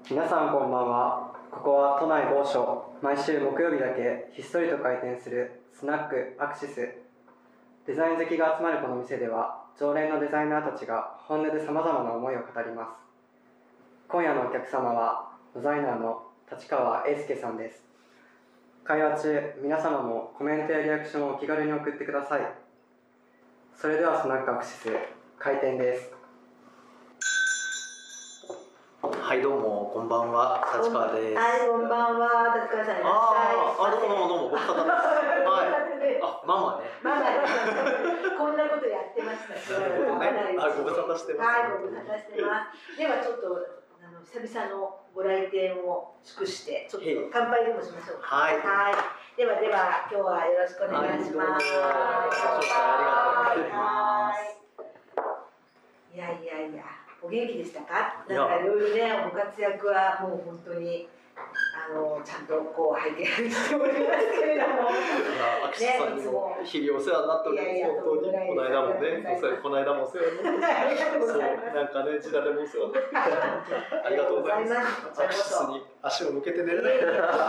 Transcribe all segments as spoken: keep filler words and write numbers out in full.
皆さんこんばんは。ここは都内某所、毎週木曜日だけひっそりと開店するスナックアクシス。デザイン好きが集まるこの店では、常連のデザイナーたちが本音でさまざまな思いを語ります。今夜のお客様はデザイナーの立川英介さんです。会話中、皆様もコメントやリアクションをお気軽に送ってください。それではスナックアクシス開店です。 はいどうもこんばんは、立川です。 はいこんばんは、立川さんいらっしゃい。 ああどうもどうもご無沙汰です。はい。あママね。 ママこんなことやってました。 なるほどね。あご無沙汰してます。 はいご無沙汰してます。ではちょっとあの久々のご来店を祝してちょっと乾杯でもしましょう。 はい。 はい。ではでは今日はよろしくお願いします。 はい。ありがとうございます。 いやいやいや。お元気でしたか？なんかいろいろね、ご活躍はもう本当にあのちゃんとこう拝見しておりますけれども、 アクシスさんにも日々お世話になっております。本当にこの間もね、この間もお世話になって、そうなんかね、時代でもお世話になって、ありがとうございます。アクシスに足を向けて寝れない。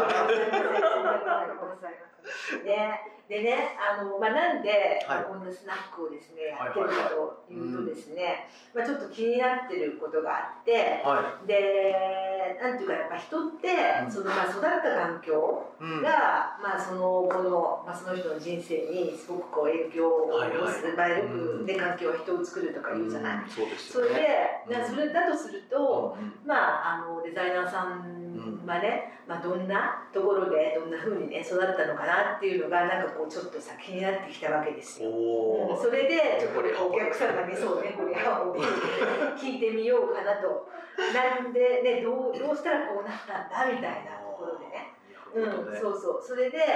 ね。でね、あのまあ、なんで、 はい、 こんなスナックをですね、やってるかというとですね、まあ、ちょっと気になってることがあって、 はい、 で、なんていうかやっぱ人って、うん、そのまあ育った環境が、うん、まあそのこの、まあ、その人の人生にすごくこう影響を及ぼす、まあよくね環境は人を作るとか言うじゃない。 うん、そうですよね。それで、 うん、 それだとすると、 うん、 まああのデザイナーさんはね、まあ、どんなところでどんな風にね育ったのかなっていうのがなんかこうちょっとさ気になってきたわけですよ。うん、それでちょっとお客さんがねそうねこれを聞いてみようかなと。なんでねどうどうしたらこうなったんだみたいなところでね。うん、そうそう。それで、はい、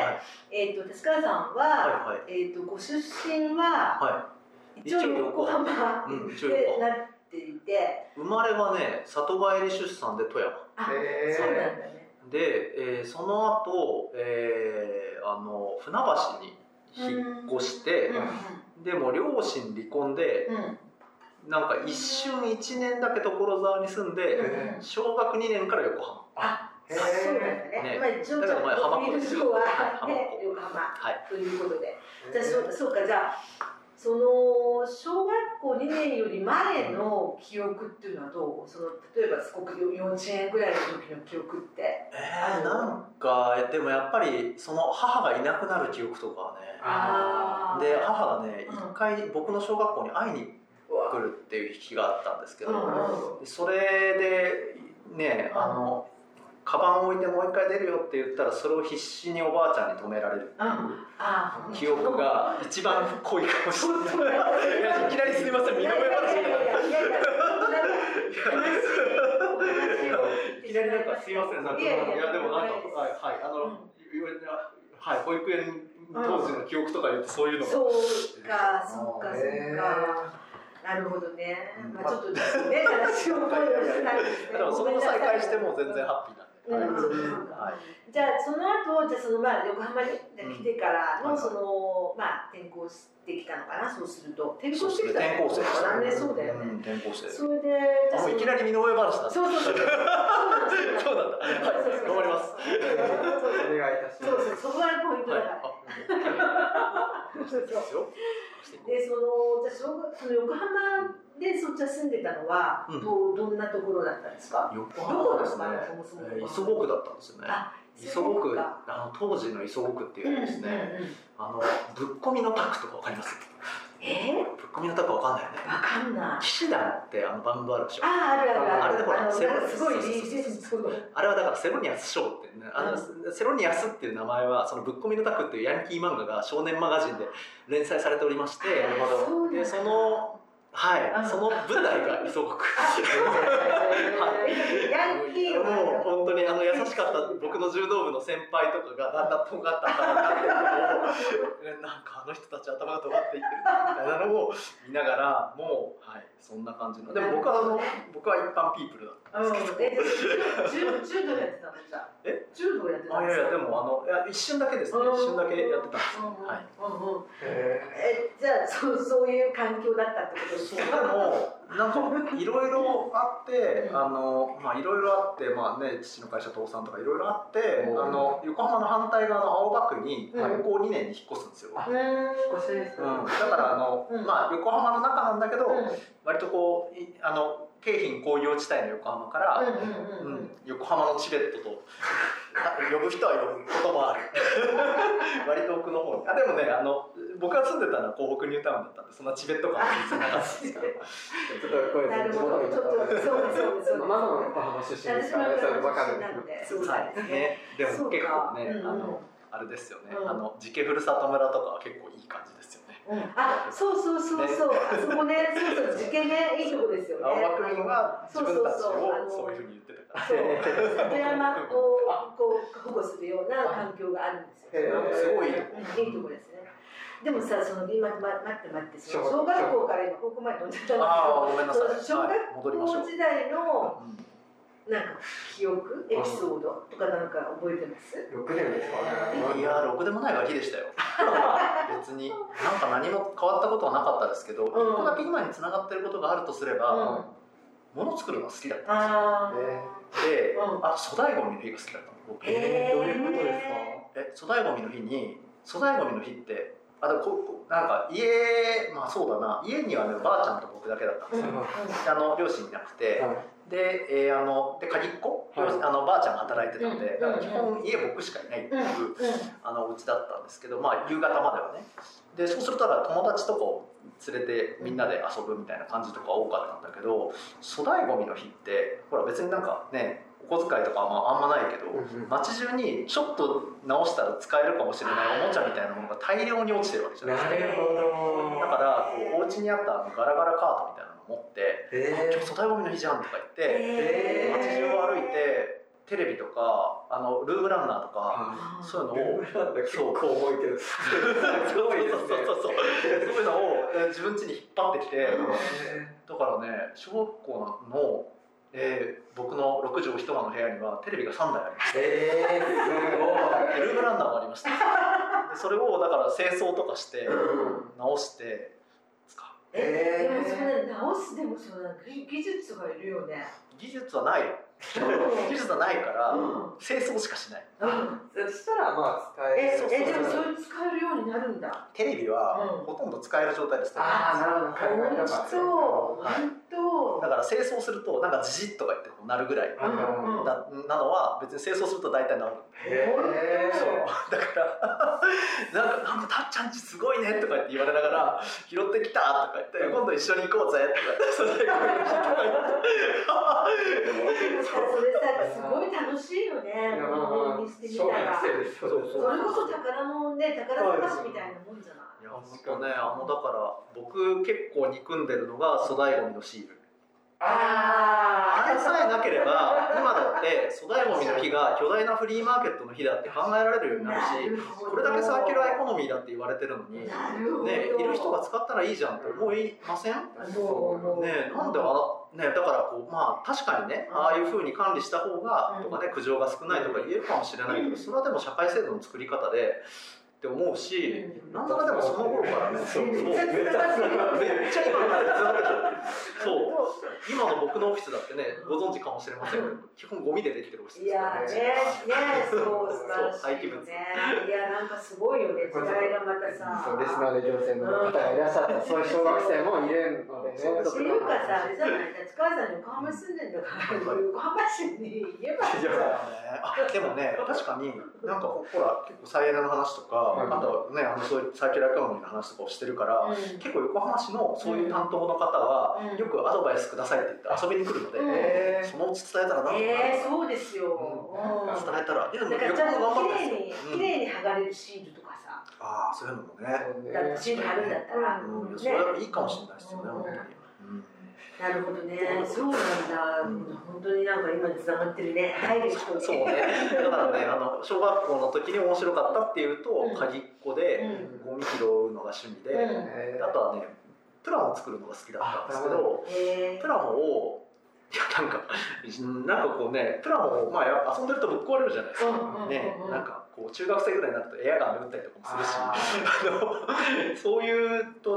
えっと立川さんは、はいはい、えっとご出身は、はい、一応横浜でなっていて、 生まれはね里帰り出産で富山。 あ、そうなんだね。 で、えー、その後、えー、あの船橋に引っ越して、うん、でも両親離婚で、うん、なんか一瞬いちねんだけ所沢に住んで、うん、小学にねんから横浜。 あ、そうなんだね。ね、まあ一応じゃあプロフィール上はね横浜ということで、じゃあそうそうかじゃあ。その小学校にねんより前の記憶っていうのはどう？その例えばすごく幼稚園ぐらいの時の記憶ってえー、なんかでもやっぱりその母がいなくなる記憶とかはねあで母がね一、うん、回僕の小学校に会いに来るっていう日があったんですけど、うん、それでねあの、うんカバン置いてもう一回出るよって言ったらそれを必死におばあちゃんに止められるっていう記憶が一番濃いかもしれないいやいきなりすみません身の上話みたいないきなりなんかすいませんなんかいやでもなんかはいはいあの、うん、はい保育園当時の記憶とか言ってそういうのがそうかそうかそうかなるほどね。まあちょっとね話を思い出せないですね。 でもそれも再開しても全然ハッピーな。 うん、そうそうか。じゃあその後じゃあそのまあ横浜に来てからのそのまあ転校してきたのかなそうすると転校してきた転校生ですね。そうだよね。 転校生。 それであいきなり身の上話だ。 そうそうそう。そうなんだ。はい頑張ります。 お願いいたします。 そうそうそこがポイントだから。そうそう。でそのじゃその横浜でそっちは住んでたのは、うん、どどんなところだったんですか？ 横浜ですね。磯子区だったんですよね。磯子区あの当時の磯子区っていうですね、あのぶっ込みのタクとかわかります？ えー、 ぶっ込みのタクわかんないよね。 わかんない。 騎士団ってあのバンドあるでしょ。 あああるあるあれでほらセロすごいあれはだからセロニアス賞ってね、あの、うん、セロニアスっていう名前はそのぶっ込みのタクっていうヤンキー漫画が少年マガジンで連載されておりまして、でそのはい、その舞台が磯子区。 ヤンキーもう本当にあの優しかった僕の柔道部の先輩とかがだんだん尖った頭になってるのをなんかあの人たち頭が尖っていってるみたいなのを見ながらもうはいそんな感じのでも僕はあの僕は一般ピープルだったんですけど。 柔道やってたのじゃあ。え？柔道やってたんですか？あいやいやでもあのいや一瞬だけですね。一瞬だけやってたんです。はい。 えじゃあそうそういう環境だったってことですでもなんかいろいろあって、あのまあいろいろあってまあね父の会社倒産とかいろいろあって、あの横浜の反対側の青葉区に高校にねんに引っ越すんですよ。 引っ越しです。 だからあのまあ横浜の中なんだけど、割とこうあの京浜工業地帯の横浜から横浜のチベットと呼ぶ人は呼ぶこともある割と奥の方に。あでもねあの僕が住んでたのは港北ニュータウンだったんでそんなチベット感は全然なかったんですけどちょっとこれなるほどちょっとそうですそうですママの横浜出身ですからねそれ分かるんでそうですね。 でも結構ねあのあれですよねあの寺家ふるさと村とかは結構いい感じですよね。 あ、そうそうそうそう、あそこね、そうそう、受験ね、いいとこですよね。 青葉区民は自分たちをそういうふうに言ってたから。 そう、里山をこう保護するような環境があるんですよ。 すごいいいとこ。 いいとこですね。でもさ、その今待って待って、小学校から今高校まで飛んじゃったんだけど、小学校時代のなんか記憶、エピソードとかなんか覚えてます？ ろくねんですかね。 いやろくでもないガキでしたよ。別になんか何も変わったことはなかったですけど、一個だけ今に繋がってることがあるとすれば、物作るのが好きだったんですよ。で、あと粗大ゴミの日が好きだったの僕。 えー、どういうことですか？ え、粗大ゴミの日に粗大ゴミの日ってあでもこなんか家まあそうだな家にはねばあちゃんと僕だけだったんですよ。あの両親いなくて。で、えー、あので鍵っ子、はい、あのばあちゃんが働いてたんで、うん、基本家僕しかいないっていう、うん、あのうちだったんですけど、まあ夕方まではね。でそうすると友達とかを連れてみんなで遊ぶみたいな感じとか多かったんだけど、粗大ゴミの日ってほら別になんかねお小遣いとかあんまないけど、うん、街中にちょっと直したら使えるかもしれないおもちゃみたいなものが大量に落ちてるわけじゃないですか。 なるほど。 だからこうお家にあったガラガラカートみたいなのを持って、えー、今日粗大ゴミの日じゃんとか言って、えー、街中を歩いてテレビとかあのルームランナーとか、うん、そういうのをルームランナー結構重いけどすごいですね。 そうそうそうそうそういうのを自分家に引っ張ってきて、だからね小学校のえー、僕のろくじょういち間の部屋にはテレビがさんだいありました。えー、すごい。ルームランナーもありました。でそれをだから清掃とかして直して使う。 えー、でもそれ直すでもその技術がいるよね。 技術はないよ。技術はないから、うん、清掃しかしない。 うん、そしたらまあ使える。 え、えでもそれ使えるようになるんだ。 テレビはほとんど使える状態です。 ああ、なるほど。 海外とか。そう、本当。 だから清掃するとなんかジジッとか言ってこうなるぐらいなのは別に清掃すると大体治る。 へえ。 そうだからなんかなんかたっちゃんちすごいねとか言われながら拾ってきたとか言って今度一緒に行こうぜとかそれそれさすごい楽しいよね。にしてみたら。それこそ宝物ね宝探しみたいなもんじゃない。 いや本当ねあのだから僕結構憎んでるのが粗大ゴミのシール。あれさえなければ今だって粗大ゴミの日が巨大なフリーマーケットの日だって考えられるようになるしこれだけサーキュラーエコノミーだって言われてるのに、ね、いる人が使ったらいいじゃんって思いません？ね、なんであね、だからこうまあ確かにねああいう風に管理した方がとかね苦情が少ないとか言えるかもしれないけどそれはでも社会制度の作り方でって思うし、なんだかでもその頃からね、そうそうめっちゃ今のあれずっとそう今の僕のオフィスだってねご存知かもしれませんけど基本ゴミでできてるオフィスですからね。 いやねねそう素晴らしいよね。いやなんかすごいよね時代がまたさ。 そうリスナーで行政の方がいらっしゃったそういう小学生もいるのでね。 っていうかさあれじゃない立川さんに横浜住んでんだから横浜市に言えばいいじゃん。 あでもね確かになんかほら結構再エネの話とか。あとね、あのそういうサーキュラーエコノミーの話とかをしてるから、うん、結構横浜市のそういう担当の方は、うん、よくアドバイスくださいって言って遊びに来るので、うん、そのうち伝えたらなんとかなる。 えー、そうですよ、うん、 伝えたらいやでも横浜頑張ってますよ。きれいに剥がれるシールとかさああそういうのもねだってシール貼るんだったら、 うんね、それはいいかもしれないですよね、本当に。 なるほどね、そうなんだ、うん、本当になんか今に繋がってるね、入る人ね。 そうね、だからね、あの小学校の時に面白かったっていうと、うん、鍵っ子で、うん、ゴミ拾うのが趣味で、うん、あとはね、プラモを作るのが好きだったんですけど、プラモを、いやなんか、なんかこうね、プラモを、まあ、遊んでるとぶっ壊れるじゃないですか。ね、なんかこう中学生ぐらいになるとエアガンで撃ったりとかもするし、あのそういうと、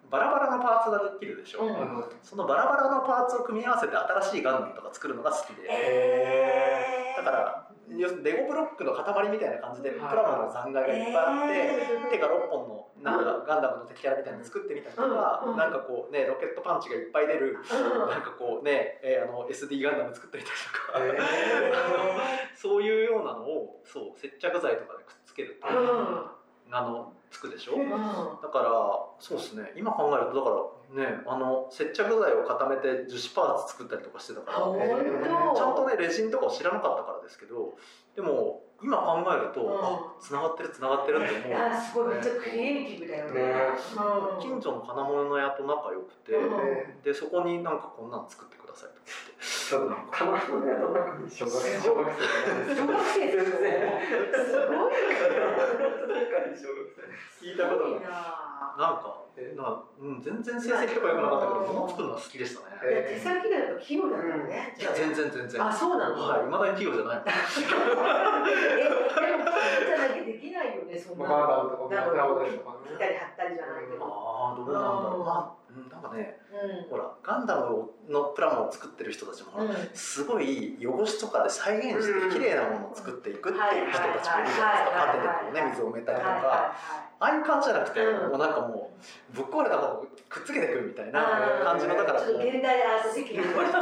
バラバラのパーツができるでしょ、うん、そのバラバラのパーツを組み合わせて新しいガンダムとか作るのが好きで、えー、だからレゴブロックの塊みたいな感じでプラモの残骸がいっぱいあって、えー、手がろっぽんのなんかガンダムの敵キャラみたいなの作ってみたりとか、うん、なんかこうねロケットパンチがいっぱい出る、うん、なんかこうね、えー、あの エスディー ガンダム作ってみたりとか、えー、そういうようなのをそう接着剤とかでくっつけると、うん、あのつくでしょ、うん、だからそうですね今考えるとだからねあの接着剤を固めて樹脂パーツ作ったりとかしてたから、えー、ちゃんとねレジンとかを知らなかったからですけどでも今考えると、うん、あ繋がってる繋がってるって思う。 いやすごいめっちゃクリエイティブだよね。 うん、近所の金物屋と仲良くて、うん、でそこになんかこんなの作ってくださいとか言って。金物屋の中に小学生小学生小学生全然すごい聞いたことない。 なんかな、うん、全然成績とか良くなかったけど、物作るのは好きでしたね。 いや手先がやっぱ器用だからね。 いや全然全然。 あ、そうなの。 はい、未だに器用じゃない。 え、でも器用じゃなきゃできないよね、そんな。 ガーダムとかなんか切ったり貼ったりじゃないけど。 ああ、どうなんだろう。まあ、なんかね、ほらガンダムのプラモを作ってる人たちもすごい汚しとかで再現して綺麗なものを作っていくっていう人たちもいるじゃないですか。パテでこうね水を埋めたりとか。ああいう感じじゃなくて、もうなんかもうぶっ壊れたものをくっつけていくみたいな感じのだからちょっと現代アート的なよく言え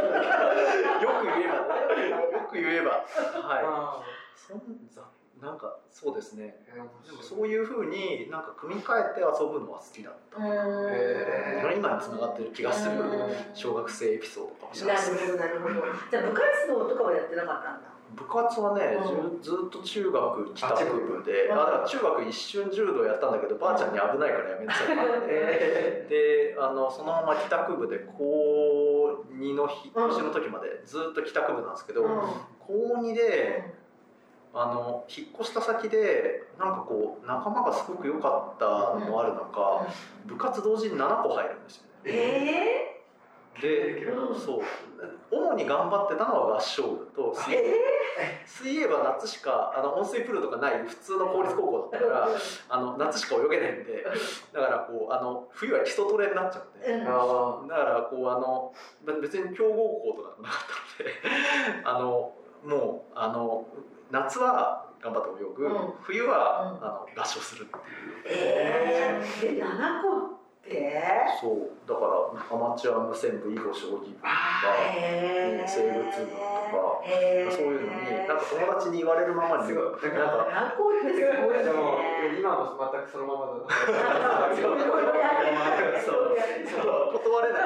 ばよく言えばはいそんなんかそうですねでもそういうふうになんか組み替えて遊ぶのは好きだった今につながってる気がする小学生エピソードかもしれないですね。 なるほどなるほど。じゃあ部活動とかはやってなかったんだ。 部活はね、うん、ずっと中学帰宅部で、あだから中学一瞬柔道やったんだけどばあちゃんに危ないからやめてたであのそのまま帰宅部で高にの年の時までずっと帰宅部なんですけど、うん、高にであの引っ越した先でなんかこう仲間がすごく良かったのもあるのか、うん、部活同時にななこ入るんですよね。 えーで、うん、そう主に頑張ってたのは合唱部と水泳、えー、水泳は夏しかあの温水プールとかない普通の公立高校だったからあの夏しか泳げないんでだからこうあの冬は基礎トレになっちゃって、うん、だからこうあの別に強豪校とかでもなかったのであのもうあの夏は頑張って泳ぐ、うん、冬は、うん、あの合唱するっていう。 えー、でななこそうだからアマチュア無線部囲碁将棋部とか生物部とかそういうのになんか友達に言われるままになんか何校ってすごいね。 でも今も全くそのままだ。 そう断れない。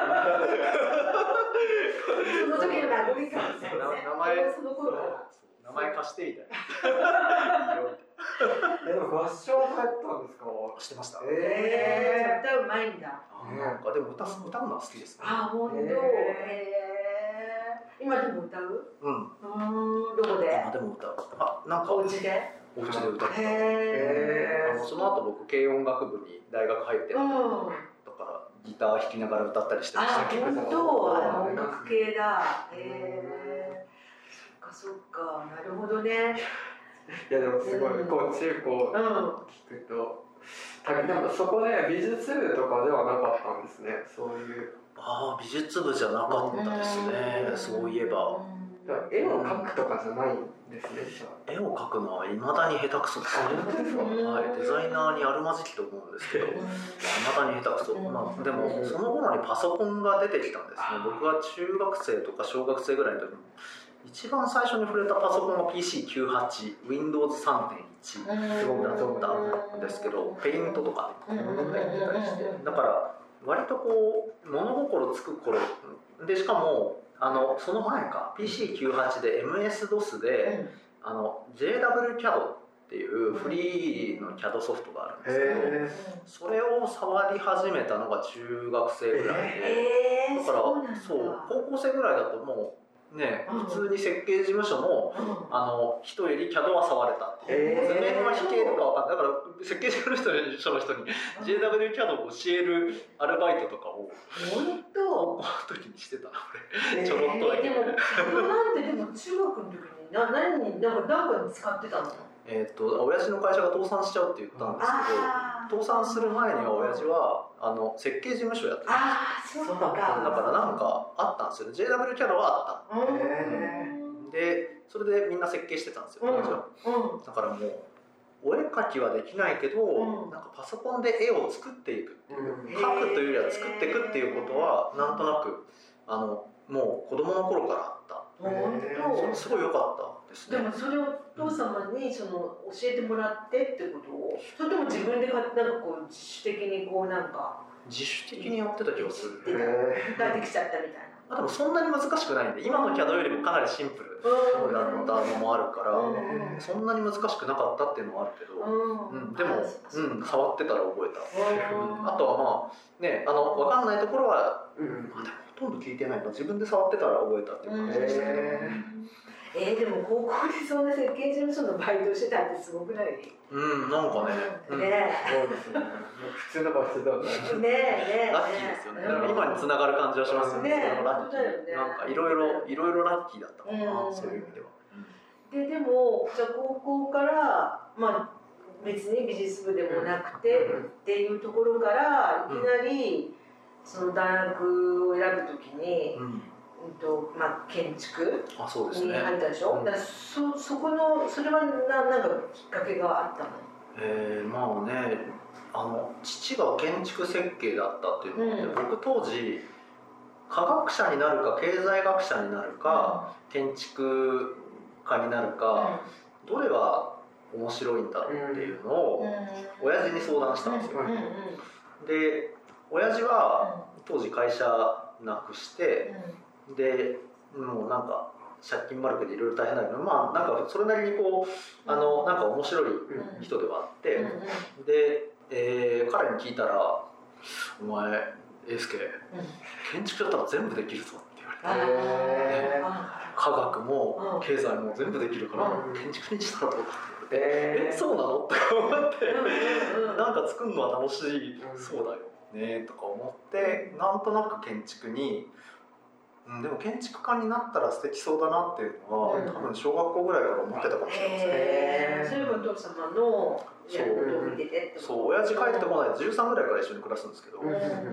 その時の名残かもしれない。 名前その頃から名前貸してみたいな。 えでも合唱入ったんですか？ してました。 ええー、歌うまいんだ。 なんかでも歌歌うのは好きですね。 あ本当。へえー。今でも歌う？うん。うんどこで？ 今でも歌う。あなんかお家で？ お家で歌ってた。へえ。 あのその後僕軽音楽部に大学入ってる。うん。だからギター弾きながら歌ったりしてました。 あ本当。あ音楽系だ。へえ。そっかそっかなるほどね。 いやでもすごい、うん、こう中高聞くと、うん、でもそこで美術部とかではなかったんですね。そういうああ美術部じゃなかったですね、うん、そういえば絵を描くとかじゃないんですね。 絵を描くのはいまだに下手くそです、はい、デザイナーにあるまじきと思うんですけどいまだに下手くそ、まあ、でもその頃にパソコンが出てきたんですね。僕が中学生とか小学生ぐらいの時に一番最初に触れたパソコンが ピーシーきゅうじゅうはち、ウィンドウズさんてんいち だったんですけど、ペイントとかで入ってたりして、だから割とこう物心つく頃で、しかもあのその前か ピーシーきゅうじゅうはち で エムエスドス で、うん、あの ジェイダブリュー キャド っていうフリーの キャド ソフトがあるんですけど、それを触り始めたのが中学生ぐらいで、だからそう高校生ぐらいだともうね、うん、普通に設計事務所の、うん、あの人より キャド は触れたっていう、図面は非形とかわかんない。だから設計事務所の人に ジェイダブリュー キャド を教えるアルバイトとかを本当高校の時にしてたな俺、えー、ちょろっとだけ。 でも キャド なんてでも中学の時にな何になんか何かに使ってたの？ ええー、と親父の会社が倒産しちゃうって言ったんですけど、倒産する前には親父はあの設計事務所やってたんですよ。 ああ、そうか。 だからなんかあったんですよね。 ジェイダブリュー キャドはあった。でそれでみんな設計してたんですよ、当時は。だからもうお絵描きはできないけど、うん、なんかパソコンで絵を作っていくっていう、うん、描くというよりは作っていくっていうことはなんとなくあのもう子供の頃からあった。それすごい良かったですね。 でもそれをお父様にその教えてもらってってことを、それとも自分でなんかこう自主的にこうなんか自主的にやってた気がする。 ができちゃったみたいな。 あでもそんなに難しくないんで、今のキャドよりもかなりシンプルだったのもあるから、そんなに難しくなかったっていうのもあるけど、うん、でも、うん、触ってたら覚えた。あとはまあね、あの分かんないところは、うん、まあ、でもほとんど聞いてないの。自分で触ってたら覚えたっていう感じでしたけど。 えー、でも高校でそんな設計事務所のバイトしてたってすごくない？ うん、なんかね、 うん、ねそうですね。普通の顔してたんだね。ねえ、 ラッキーですよね。だから今に繋がる感じはしますよね。 ね、 ラッキー、ね、なんかいろいろいろいろラッキーだったかな、うん、そういう意味では。 ででもじゃあ高校からまあ別に美術部でもなくて、うん、っていうところからいきなりその大学を選ぶときに。うん、うんとまあ、建築に入ったでしょ。うん、だからそそこのそれはななんかきっかけがあったの？ えー、まあね、あの父が建築設計だったっていうので、うん、僕当時科学者になるか経済学者になるか、うん、建築家になるか、うん、どれが面白いんだろうっていうのを親父に相談したんですよ。で親父は当時会社なくして、うん、でもうなんか借金まるけでいろいろ大変だけど、まあなんかそれなりにこうあのなんか面白い人ではあって、うん、で、えー、彼に聞いたら「お前英介、うん、建築だったら全部できるぞ」って言われて、ね、科学も経済も全部できるから、うん、建築にしたらどうだって言われて「えー、そうなの?」とか思って「なんか作るのは楽しいそうだよね」とか思ってなんとなく建築に。でも建築家になったら素敵そうだなっていうのは、うん、多分小学校ぐらいから思ってたかもしれないですね。 へー、そういうお父様のやることを見ててってこと？ そう、親父帰ってこないでじゅうさんぐらいから一緒に暮らすんですけど、うん、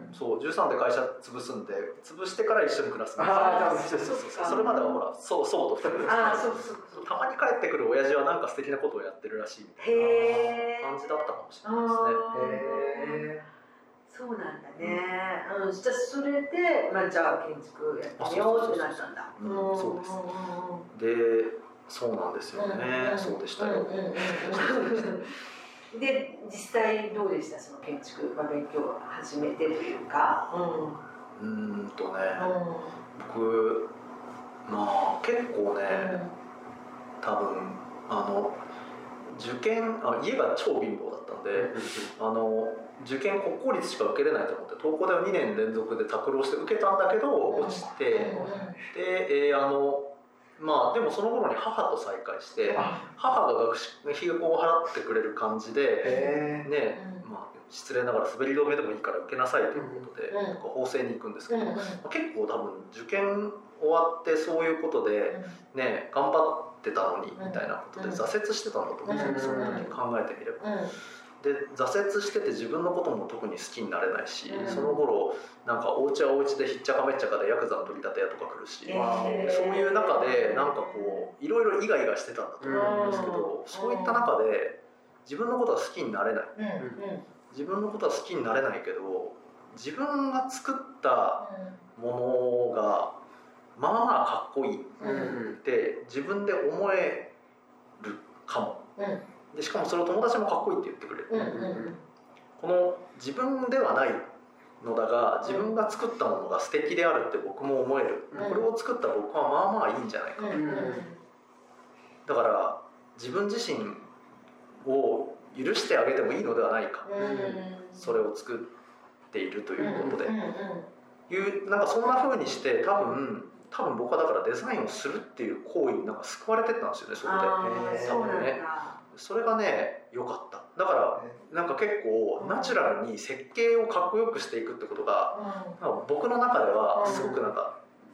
そうじゅうさんで会社潰すんで潰してから一緒に暮らすんです。 ああ、 そうそうそう、それまではほらそう祖母とふたりですから、そうそうそう、たまに帰ってくる親父はなんか素敵なことをやってるらしいみたいな感じだったかもしれないですね。へー、 そうなんだね。うん、じゃあそれで、まあ、じゃあ建築やってみようってなったんだ。 そうです。で、そうなんですよね。そうでしたよ。 で、実際どうでした？その建築、まあ、勉強を始めてというか。 うん、うんとね、僕、まあ結構ね、多分あの受験あ家が超貧乏だったんで、あの。受験国公立しか受けれないと思って東工大をにねん連続で拓浪して受けたんだけど落ちて、で、えー、あのまあでもその頃に母と再会して母が学費費用を払ってくれる感じで、ね、まあ失礼ながら滑り止めでもいいから受けなさいということで法政に行くんですけど、結構多分受験終わってそういうことでね頑張ってたのにみたいなことで挫折してたんだと思うんですよ、その時考えてみれば。で挫折してて自分のことも特に好きになれないし、うん、その頃なんかお家はお家でひっちゃかめっちゃかでヤクザの取り立て屋とか来るし、えー、そういう中でなんかこういろいろイガイガしてたんだと思うんですけど、うん、そういった中で自分のことは好きになれない、うん、自分のことは好きになれないけど自分が作ったものがまあまあかっこいいって自分で思えるかも、うん、でしかもそれを友達もかっこいいって言ってくれる、うんうん、この自分ではないのだが自分が作ったものが素敵であるって僕も思える、うん、これを作った僕はまあまあいいんじゃないか、うんうん、だから自分自身を許してあげてもいいのではないか、うん、それを作っているということで、うんうんうん、いうなんかそんな風にして多分多分僕はだからデザインをするっていう行為になんか救われてったんですよね、それで。多分ね。それがね良かった。だからなんか結構ナチュラルに設計をかっこよくしていくってことが、うん、僕の中ではすごくなんか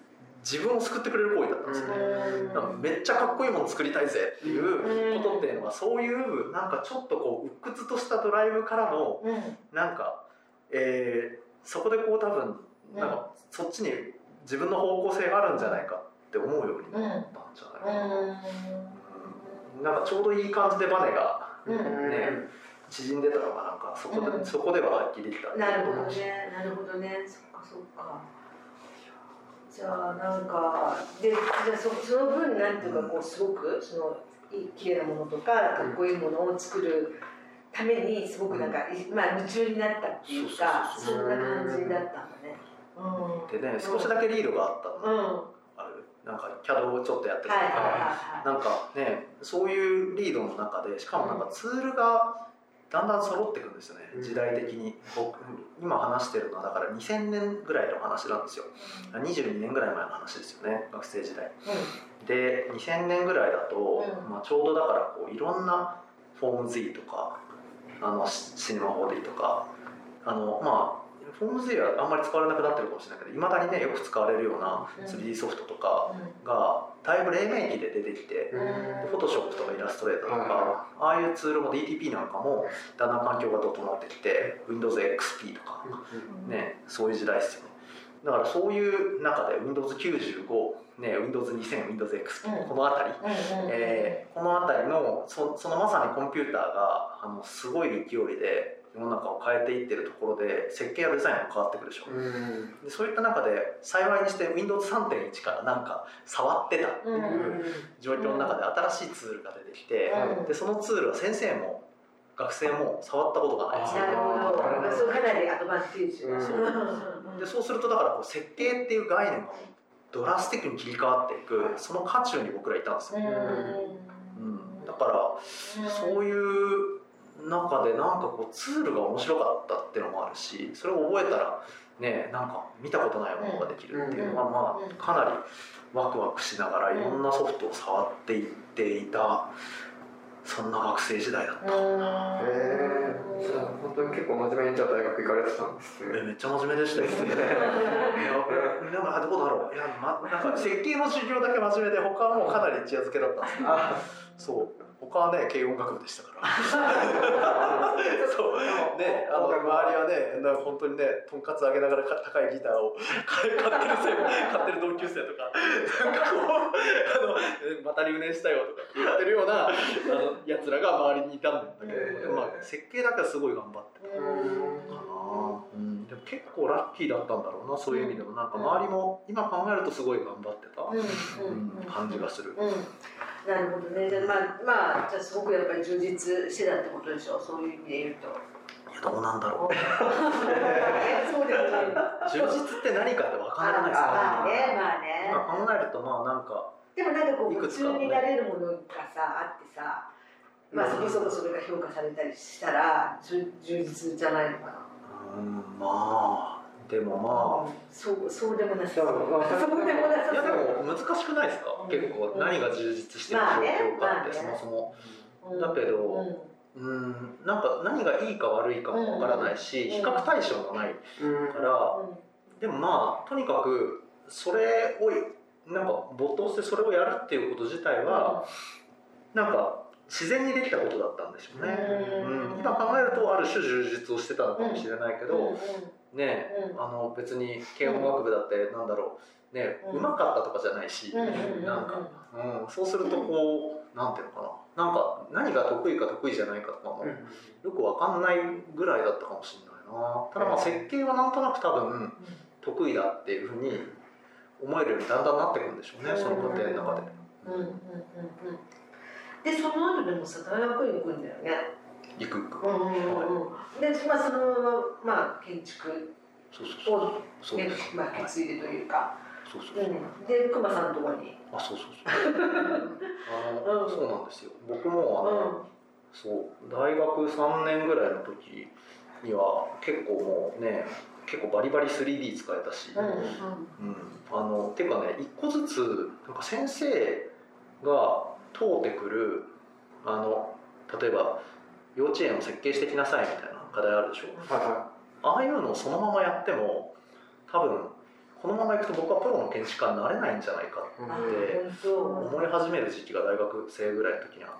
自分を救ってくれる行為だったんですよね。なんかめっちゃかっこいいもの作りたいぜっていうことっていうのは、そういうなんかちょっとこう鬱屈としたドライブからのなんか、えー、そこでこう多分なんかそっちに自分の方向性があるんじゃないかって思うようになったんじゃないかな。うん、なんかちょうどいい感じでバネがね縮んでたのがなんかそこで、うん、そこでははっきり言った。 なるほどね、なるほどね、そっかそっか。じゃあなんかでじゃあ そ, その分なんていうかこうすごくその綺麗なものとかかっこいいものを作るためにすごくなんか、うん、まあ夢中になったっていうか、そんな感じだったんだね。うん、 でね、少しだけリードがあったの、うん、あるなんか キャド をちょっとやってるとか、はいはいはいはい、なんかねそういうリードの中でしかもなんかツールがだんだん揃ってくるんですよね、時代的に。僕今話してるのはだからにせんねんぐらいの話なんですよ。にじゅうにねんぐらい前の話ですよね、学生時代、うん、でにせんねんぐらいだと、うん、まあ、ちょうどだからこういろんなフォーム Z とかあのシネマ フォーディー とかあのまあフォーム Z はあんまり使われなくなってるかもしれないけど、いまだにねよく使われるような スリーディー ソフトとかがだいぶ黎明期で出てきて、フォトショップとかイラストレーターとか、ああいうツールも ディーティーピー なんかもだんだん環境が整ってきて ウィンドウズ エックスピー とか、ね、そういう時代ですよね。だからそういう中で ウィンドウズきゅうじゅうご、ね、ウィンドウズにせん、ウィンドウズ エックスピー、この辺り、えー、この辺りの そ, そのまさにコンピューターがあのすごい勢いで世の中を変えていってるところで設計やデザインも変わってくるでしょ、うん、でそういった中で幸いにして ウィンドウズさんてんいち からなんか触ってたっていう状況の中で新しいツールが出てきて、うん、でそのツールは先生も学生も触ったことがないですよ。 なるほど、そうかなりアドバンテージ、 うん、でそうするとだからこう設計っていう概念がドラスティックに切り替わっていく、その渦中に僕らいたんですよ、うん、だからそういう中でなんかこうツールが面白かったっていうのもあるし、それを覚えたらねなんか見たことないものができるっていうのは、まあかなりワクワクしながらいろんなソフトを触っていっていた、そんな学生時代だった。へえ、本当に結構真面目にじゃあ大学行かれてたんですね。 めっちゃ真面目でしたよね。なんかどうだろう。いや、ま、なんか設計の授業だけ真面目で他はもうかなり一夜漬けだったんですけど。そう。他はね軽音楽部でしたからそうね、あの周りはねなんか本当にねとんかつ揚げながら高いギターを買ってる買ってる同級生とかなんかこうあのまた留年したよとか言ってるようなあのやつらが周りにいたんだけど、まあ、設計だけはすごい頑張ってたかな、うん、でも結構ラッキーだったんだろうな、そういう意味でもなんか周りも今考えるとすごい頑張ってた、うんうん、感じがする、うんうん、 なるほどね。まあ、まあ、じゃあすごくやっぱり充実してたってことでしょう、そういう意味で言うと。 いや、どうなんだろう。 そうでもない。 充実って何かって分からないですから、 まあね、まあね。 今考えると、まあなんか。 でもなんかこう、夢中になれるものがさ、あってさ、まあそこそこそれが評価されたりしたら、充実じゃないのかな。 うん、まあ。でもまあ、うん、 そうそうでもなさそう。そうでもなさそう。 いやでも難しくないですか？うん、結構何が充実してる状況かって、そもそも。うん、だけど、うん、うんなんか何がいいか悪いかもわからないし、うん、比較対象もないから、うん、でもまあとにかくそれをなんか没頭してそれをやるっていうこと自体は、うん、なんか自然にできたことだったんでしょうね。うん、今考えるとある種充実をしてたのかもしれないけど。うんうんね、うん、あの別に軽音楽部だってなんだろうね、うま、ん、かったとかじゃないし、うん、なんか、うん、そうするとこうなんていうのかな、なんか何が得意か得意じゃないかとかもよくわかんないぐらいだったかもしれないな。ただまあ設計はなんとなく多分得意だっていうふうに思えるようにだんだんなってくるんでしょうね、その過程の中で。うんうんうんうん、 でその後でもさ大学に行くんだよね。 行く行く、 うんうんうん、で、まあそのまあ、建築を、ね、まあ、決意でというか、そうそうそう、うん、で熊さんのところにあそうそうそうあの、うん、そうなんですよ。僕もあの、うん、そう大学さんねんぐらいの時には結構もうね結構バリバリ スリーディー 使えたし、うんうんうん、あのっていうかね一個ずつなんか先生が通ってくるあの例えば幼稚園を設計してきなさいみたいな課題あるでしょ、はいはい、ああいうのをそのままやっても多分このままいくと僕はプロの建築家になれないんじゃないかって思い始める時期が大学生ぐらいの時にあって、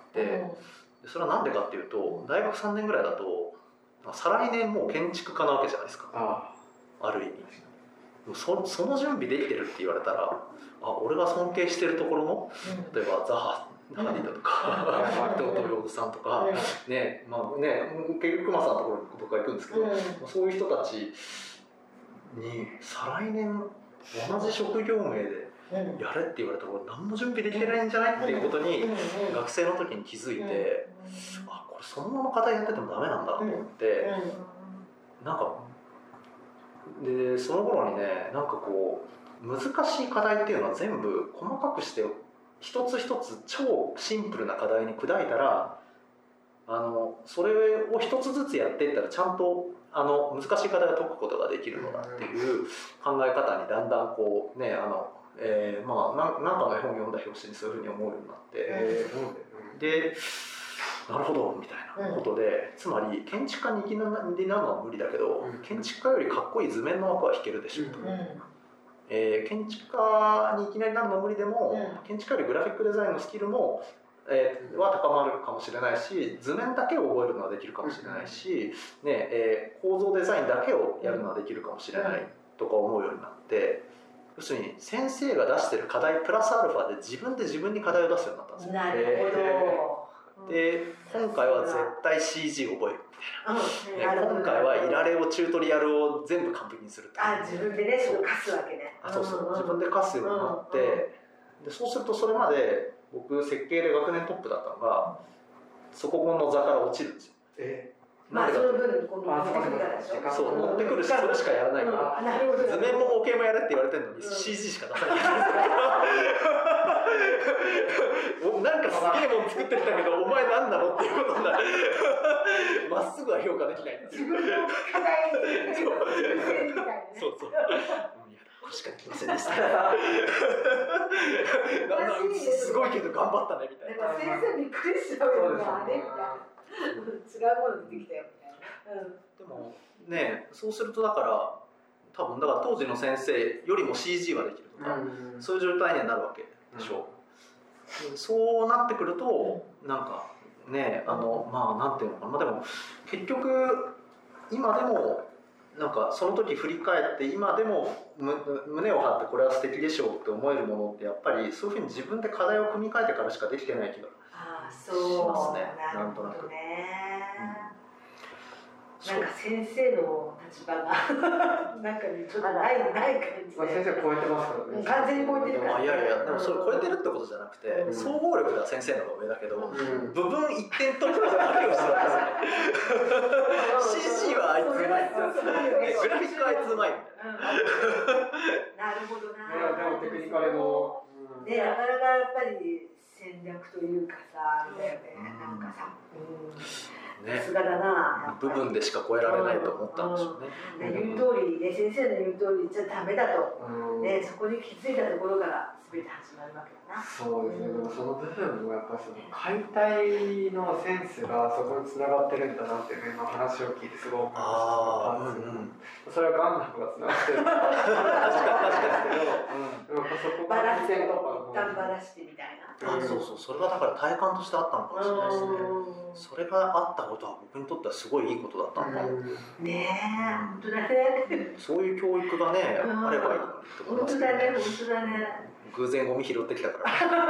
それはなんでかっていうと、大学さんねんぐらいだと再来年もう建築家なわけじゃないですか。あ, ある意味そ, その準備できてるって言われたら、あ、俺が尊敬してるところの、例えばザハハディだとか伊藤豊さんとか、ね、まあね、結局熊さんのところに僕は行くんですけど、そういう人たちに再来年同じ職業名でやれって言われたら俺何も準備できてないんじゃないっていうことに学生の時に気づいて、あ、これそのまま課題やっててもダメなんだと思って、なんかでその頃にね、なんかこう難しい課題っていうのは全部細かくして一つ一つ超シンプルな課題に砕いたら、あのそれを一つずつやっていったらちゃんとあの難しい課題を解くことができるのだっていう考え方にだんだんこうね、あの、えー、まあ何かの絵本を読んだ表紙にそういうふうに思うようになって、えー、でなるほどみたいなことで、つまり建築家にいきなりなるのは無理だけど、建築家よりかっこいい図面の枠は引けるでしょうと。えー、建築家にいきなりなるのは無理でも、うん、建築家よりグラフィックデザインのスキルも、えー、は高まるかもしれないし、図面だけを覚えるのはできるかもしれないし、うんねえー、構造デザインだけをやるのはできるかもしれないとか思うようになって、要するに先生が出してる課題プラスアルファで自分で自分に課題を出すようになったんですよ。 なるほど。 で今回は絶対 シージー 覚えるみたいな、うん、今回はいられをチュートリアルを全部完璧にするってあ自分でね、そう貸すわけね。 あそうそう、うんうん、自分で貸すようになって、うんうん、でそうするとそれまで僕設計で学年トップだったのがそこの座から落ちるんですよ。えーまあその分この持ってくるからでしょ。 そう持ってくるし、それしかやらないから、うん、図面も模型もやれって言われてるのに、うん、シージー しか出さないなんかすげえもん作ってきたけどお前何なのっていうことになるまっすぐは評価できないんですよ。自分の課題そうそうそうこしかできませんでしたすごいけど頑張ったねみたいな。 先生びっくりしちゃうよな、あれみたいな違うもの出てきたよみたいな、うん、 でもね、そうするとだから多分だから当時の先生よりも シージー はできるとか、うん、そういう状態にはなるわけでしょう、うん、そうなってくるとなんかね、あのまあなんていうのかな、まあ、でも結局今でもなんかその時振り返って今でも胸を張ってこれは素敵でしょうって思えるものってやっぱりそういうふうに自分で課題を組み替えてからしかできてない気がしますね。なんとなく。 なんか先生の立場がなんかねちょっとないない感じで。 まあ先生超えてますからね。 完全に超えてるから、 ね。いやいやでもそれ超えてるってことじゃなくて、うん、総合力では先生の方が上だけど、うん、部分一点とことだけをしてるんですよね。シージー はあいつうまい。グラフィックはあいつうまいみたいな。 なるほどな。 いやでもテクニカルも。 ね、なかなかやっぱり戦略というかさ、みたいなね、なんかさ。うんね、 さすがだな。 部分でしか超えられないと思ったんでしょうね。 言う通りね、先生の言う通りじゃダメだと、ね、そこに気づいたところから全て始まるわけだな。 そうですね。でもその部分もやっぱりその解体のセンスがそこに繋がってるんだなっていうふうな話を聞いてすごい思いました。うんうん、それはガンダムが繋がってる。確かに確かに。でもそこバラして一旦バラしてみたいな。 あ、そうそう、それがだから体感としてあったのかもしれないですね。それがあったことは僕にとってはすごいいいことだったんだ。 ねえ、本当だね。 そういう教育がね、あればいいのにって思いますね。 本当だね、本当だね。 偶然ゴミ拾ってきたから。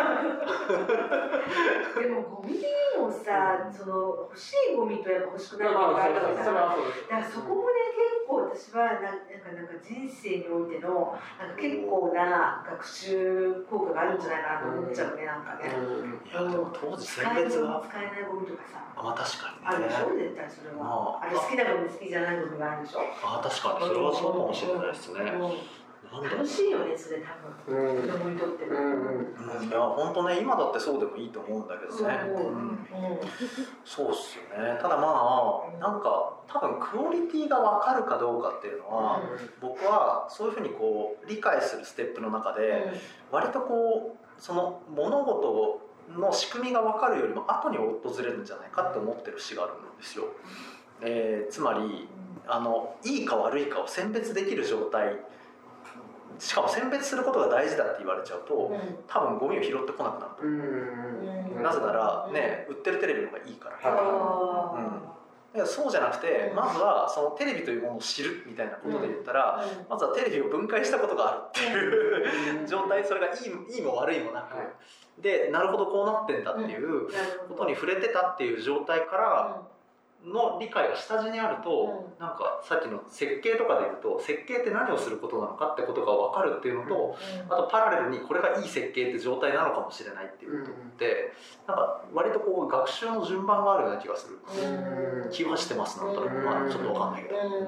でもゴミもさ、その欲しいゴミとやっぱ欲しくないゴミがあるからさ、だからそこもね結構私はなんかなんか人生においてのなんか結構な学習効果があるんじゃないかなと思っちゃうね、なんかね。 いやでも当時選別が使えないゴミとかさ、 あ、まあ確かにね。 あるでしょ、絶対それは。あれ好きなゴミ好きじゃないゴミがあるでしょ。 あ、確かにそれはそうかもしれないですね。 楽しいよね、それ多分、子供にとっても。 いや、本当ね、今だってそうでもいいと思うんだけどね。そうっすよね。ただまあ、なんか多分クオリティが分かるかどうかっていうのは、僕はそういうふうにこう理解するステップの中で、割とこうその物事の仕組みが分かるよりも後に訪れるんじゃないかって思ってる節があるんですよ。えー、つまりあのいいか悪いかを選別できる状態しかも選別することが大事だって言われちゃうと、うん、多分ゴミを拾ってこなくなると、うん、なぜならね、売ってるテレビの方がいいから、うん、そうじゃなくて、まずはそのテレビというものを知るみたいなことで言ったら、うん、まずはテレビを分解したことがあるっていう状態、それがいい、いいも悪いもなく、はい、でなるほどこうなってんだっていうことに触れてたっていう状態からの理解が下地にあると、うん、なんかさっきの設計とかで言うと、設計って何をすることなのかってことが分かるっていうのと、うん、あとパラレルにこれがいい設計って状態なのかもしれないっていうことって、うん、なんか割とこう学習の順番があるような気がする、うん、気はしてます。なんとなく、まあちょっと分かんないけど、うん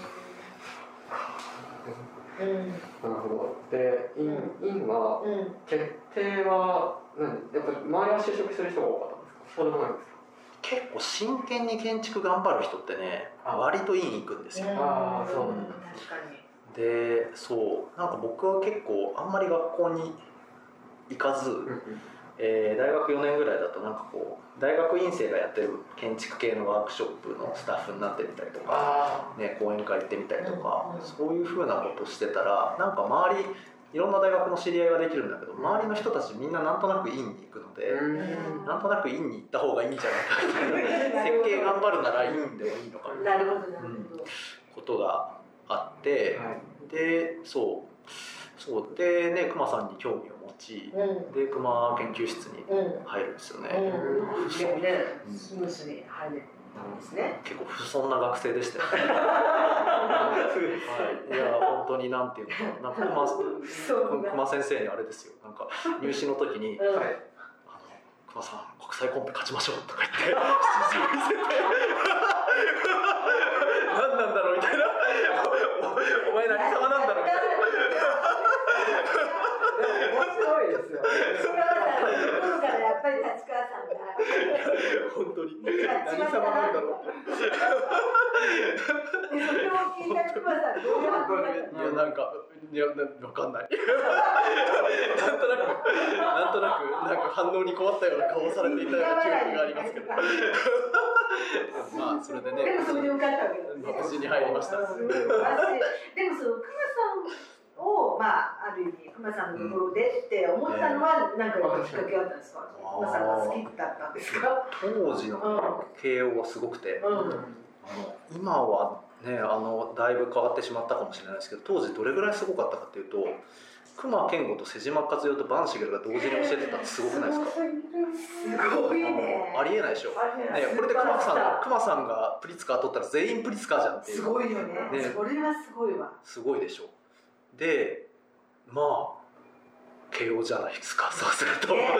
うん、なるほど。で、院、院は、うん、決定は何、やっぱり周りは就職する人が多かったんですか？そうでもないんですか？ 結構真剣に建築頑張る人ってね、割と院行くんですよ。 ああ、そう、うん、確かに。 で、そうなんか僕は結構あんまり学校に行かず、うん、えー、大学よねんぐらいだとなんかこう大学院生がやってる建築系のワークショップのスタッフになってみたりとか、ね、講演会行ってみたりとか、うん、そういう風なことしてたら、なんか周りいろんな大学の知り合いができるんだけど、周りの人たちみんななんとなく院に行くので、うん、なんとなく院に行った方がいいんじゃないかみたいな設計頑張るなら院でもいいのかみたいなことがあって、はい、でそうそうでね、熊さんに興味を持ち、うん、で熊研究室に入るんですよね。 うんうん、でもね、スムースに入れですね、 結構不遜な学生でしたよね。はい、いや本当になんていうのかな、なんか熊, 熊先生にあれですよ、なんか入試の時に、うん、はい、あの熊さん国際コンペ勝ちましょうとか言って指示を見せて何なんだろうみたいなお, お前何様なんだろうみたいな面白いですよね。 それは心からやっぱり立川さんが本当に何様なんだろうってそれを聞いた熊さんどういう反応だったの？ いやなんかいやわかんないなんとなくなんとなくなんか反応に困ったような顔をされていたような記憶がありますけどまあそれでね、 でもそれで受かったわけですね。 無事に入りました。 でもその熊さんを、まあ、ある意味熊さんのところでって思ったのは何かきっかけあったんですか？熊さんが好きだったんですか？ 当時の慶応はすごくて、うん、あの今はね、あのだいぶ変わってしまったかもしれないですけど、当時どれぐらいすごかったかっていうと、隈研吾と瀬島和代と坂茂が同時に教えてたってすごくないですか？ すごいね。 ありえないでしょ。ね、これで隈さん隈さんがプリツカー取ったら全員プリツカーじゃんっていう。 すごいよね。ね、それはすごいわ。 すごいでしょ。で、まあ慶応じゃないですか、そうすると。で、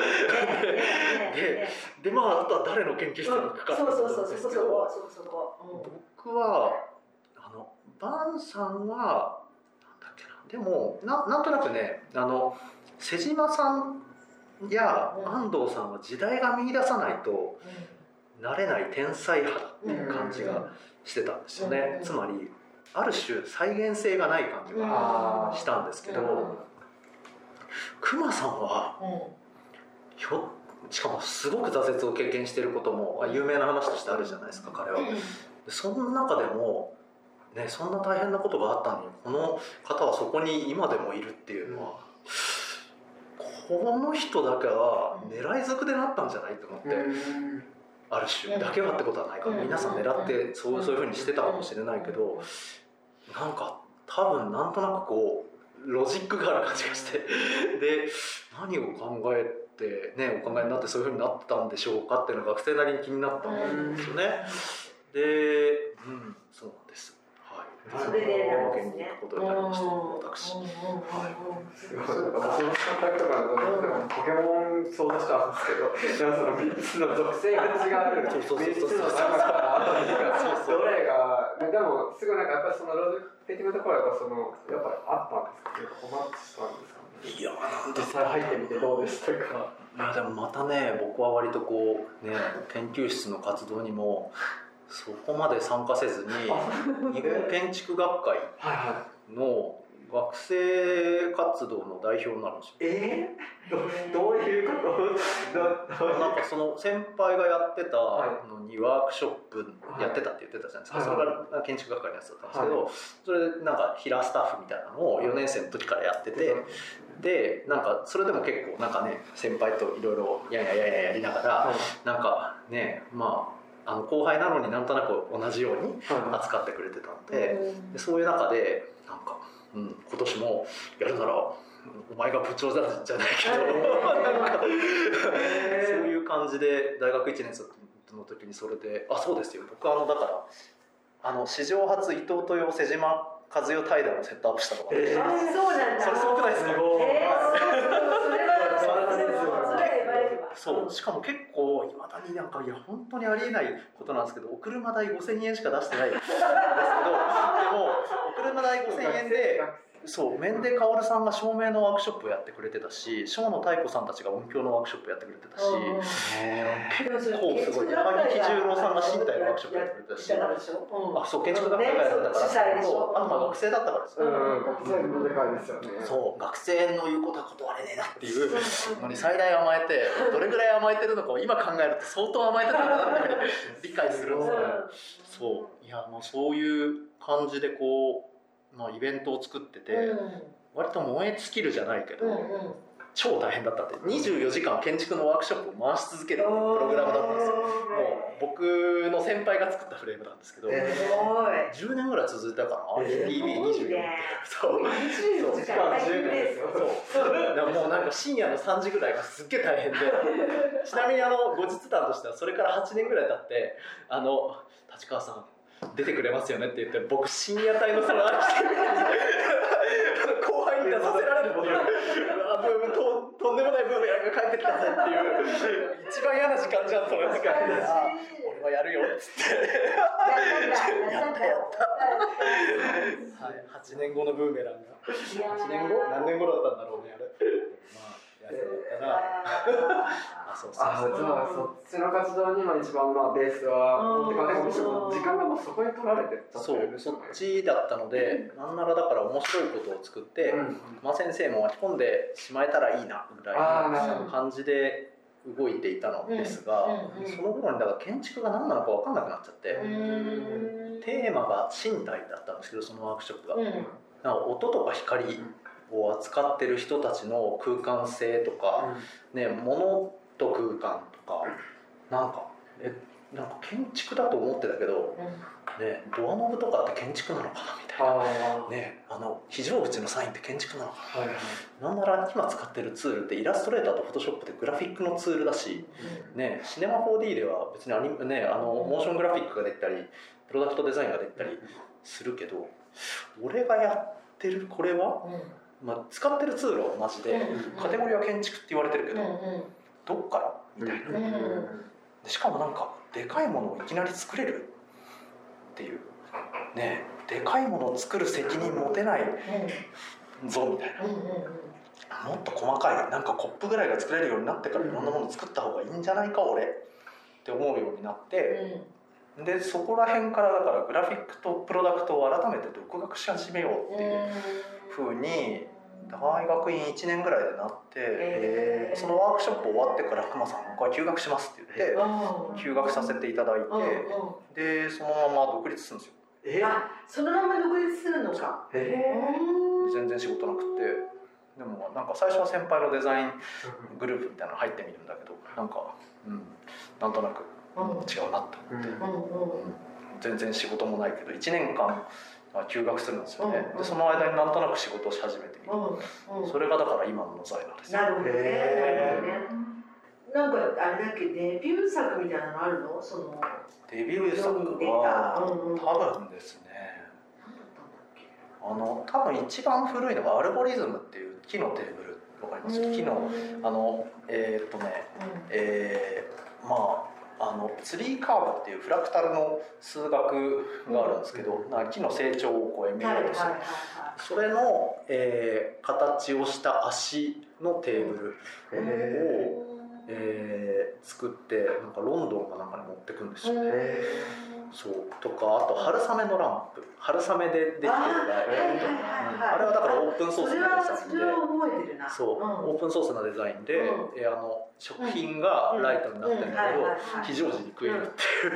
で、まああとは誰の研究室に行くかってことなんですけど、僕はあの坂さんはなんだっけな、でも な, なんとなくね、あの瀬島さんや安藤さんは時代が見出さないとなれない天才派だっていう感じがしてたんですよね。つまりある種再現性がない感じがしたんですけど、隈さんはひょしかもすごく挫折を経験していることも有名な話としてあるじゃないですか、彼は。その中でもね、そんな大変なことがあったのにこの方はそこに今でもいるっていうのは、この人だけは狙いづくでなったんじゃないと思って、ある種だけはってことはないかも、皆さん狙ってそうそういうふうにしてたかもしれないけど、なんか多分なんとなくこうロジックがある感じがしてで、何を考えてね、お考えになってそういうふうになったんでしょうかっていうのが学生なりに気になったんですよね。で、うん、そうなんです。 それでなんですね。 ことになりました。私。はい。 すごい。私の感覚とかだとポケモン想像してたんですけど、でもそのみっつの属性が違う。みっつの中からどれが、でもすごいなんかやっぱりそのロジック的なところはやっぱそのやっぱりあったんですけど、困ったんですかね。 いや、 実際入ってみてどうでしたか。 いやでもまたね、僕は割とこうね、研究室の活動にもそこまで参加せずに日本建築学会の学生活動の代表になるんですよ。 えー、ど, どういうこと？ なんかその先輩がやってたのにワークショップやってたって言ってたじゃないですか、はい、それが建築学科のやつだったんですけど、はい、それでなんか平スタッフみたいなのをよねん生の時からやってて、でなんかそれでも結構なんかね先輩といろいろやんややんややりながら、はい、なんかねまああの後輩なのになんとなく同じように扱ってくれてたので、はい、でそういう中でなんか、うん、今年もやるならお前が部長じゃないけどなんかそういう感じで大学いちねん生の時にそれであそうですよ僕あのだからあの史上初伊藤豊瀬島和代対談をセットアップしたのが、えー、 そうなんだそれすごくないですか？ えー、それはそれはそうしかも結構いまだになんかいや本当にありえないことなんですけどお車代ごせんえんしか出してないんですけどでもお車代ごせんえんでそうメンデカオルさんが照明のワークショップをやってくれてたし生野太子さんたちが音響のワークショップやってくれてたし、結構すごい矢作十郎さんが身体のワークショップやってくれてたし、あそう建築学科がやってたから、ね、そうあとまあ学生だったからですよ、 うん、学生のでかいですよね。 そう学生の言うことは断れねえなっていうのに最大甘えてどれぐらい甘えてるのかを今考えると相当甘えてるんだなって理解するんですよね。そういやもうそういう感じでこうまあ、イベントを作ってて、うん、割と燃え尽きるじゃないけど、うんうん、超大変だったってにじゅうよじかん建築のワークショップを回し続けるプログラムだったんですよ。もう僕の先輩が作ったフレームなんですけど、えー、じゅうねんぐらい続いたかな、えー、ピービーにじゅうよん ってそうにじゅうよじかんじゅうねんですよ。そうだからもうなんか深夜のさんじぐらいがすっげえ大変でちなみにあの後日談としてはそれからはちねんぐらい経ってあの立川さん出てくれますよねって言って僕深夜帯のその後輩に出させられるっていうあブーム と, とんでもないブームが帰ってきたぜっていう一番嫌な時間じゃんそれとかあ俺はやるよっつってやったやったはいはちねんごのブーメランがはちねんご何年後だったんだろうねあれまあやつだったなあそうそうそうあそっちの活動にも一番まあベースは持ってかないかもしれない時間がもうそこに取られてっちゃってるんですよね。 そうそっちだったので、うん、なんならだから面白いことを作って、うん、まあ先生も巻き込んでしまえたらいいなぐらいの感じで動いていたのですが、うんうん、その頃にだから建築が何なのか分かんなくなっちゃって、うん、テーマが身体だったんですけどそのワークショップが、うん、なんか音とか光を扱ってる人たちの空間性とか、うん、ね物と空間とかなんかえなんか建築だと思ってたけど、うんね、ドアノブとかって建築なのかなみたいな、ね、あの非常口のサインって建築なのかな、はいはい、なんなら今使ってるツールってイラストレーターとフォトショップってグラフィックのツールだし、うんね、シネマ フォーディー では別にアニメ、ね、あのモーショングラフィックができたりプロダクトデザインができたりするけど俺がやってるこれは、うんまあ、使ってるツールは同じで、うん、カテゴリーは建築って言われてるけど、うん、どっからみたいな、うん、でしかもなんかでかいものをいきなり作れるっていうねでかいものを作る責任持てないぞみたいな、うんうんうん、もっと細かいなんかコップぐらいが作れるようになってからいろんなもの作った方がいいんじゃないか俺って思うようになって、うん、でそこら辺からだからグラフィックとプロダクトを改めて独学し始めようっていう風に大学院いちねんぐらいでなって、えー、そのワークショップ終わってから熊さん僕は休学しますって言って、えー、休学させていただいて、えー、でそのまま独立するんですよ。 えー、あそのまま独立するのか、 えー、全然仕事なくてでもなんか最初は先輩のデザイングループみたいなの入ってみるんだけどなんか、うん、なんとなく違うなって思って、うんうん、全然仕事もないけどいちねんかん休学するんですよね、うんうん、でその間になんとなく仕事をし始めてみる、うんうん、それがだから今の野沢菜ですよ。 なるほどね、なるほどね。なんかあれだっけデビュー作みたいなのあるの？そのデビュー作は、うんうん、多分ですねあの多分一番古いのがアルゴリズムっていう木のテーブルわかります？木のあのえー、っとね、うんえー、まああのツリーカーブっていうフラクタルの数学があるんですけど、うん、木の成長をこうエミュレートする、それの、えー、形をした足のテーブルを、 えー、作ってなんかロンドンかなんかに持ってくんですよね。そうとかあと春雨のランプ、春雨でできてるライト、あれはだからオープンソースのデザインで、そう、うん、オープンソースのデザインで、うん、えー、あの食品がライトになってるんだけど非常時に食えるっていう、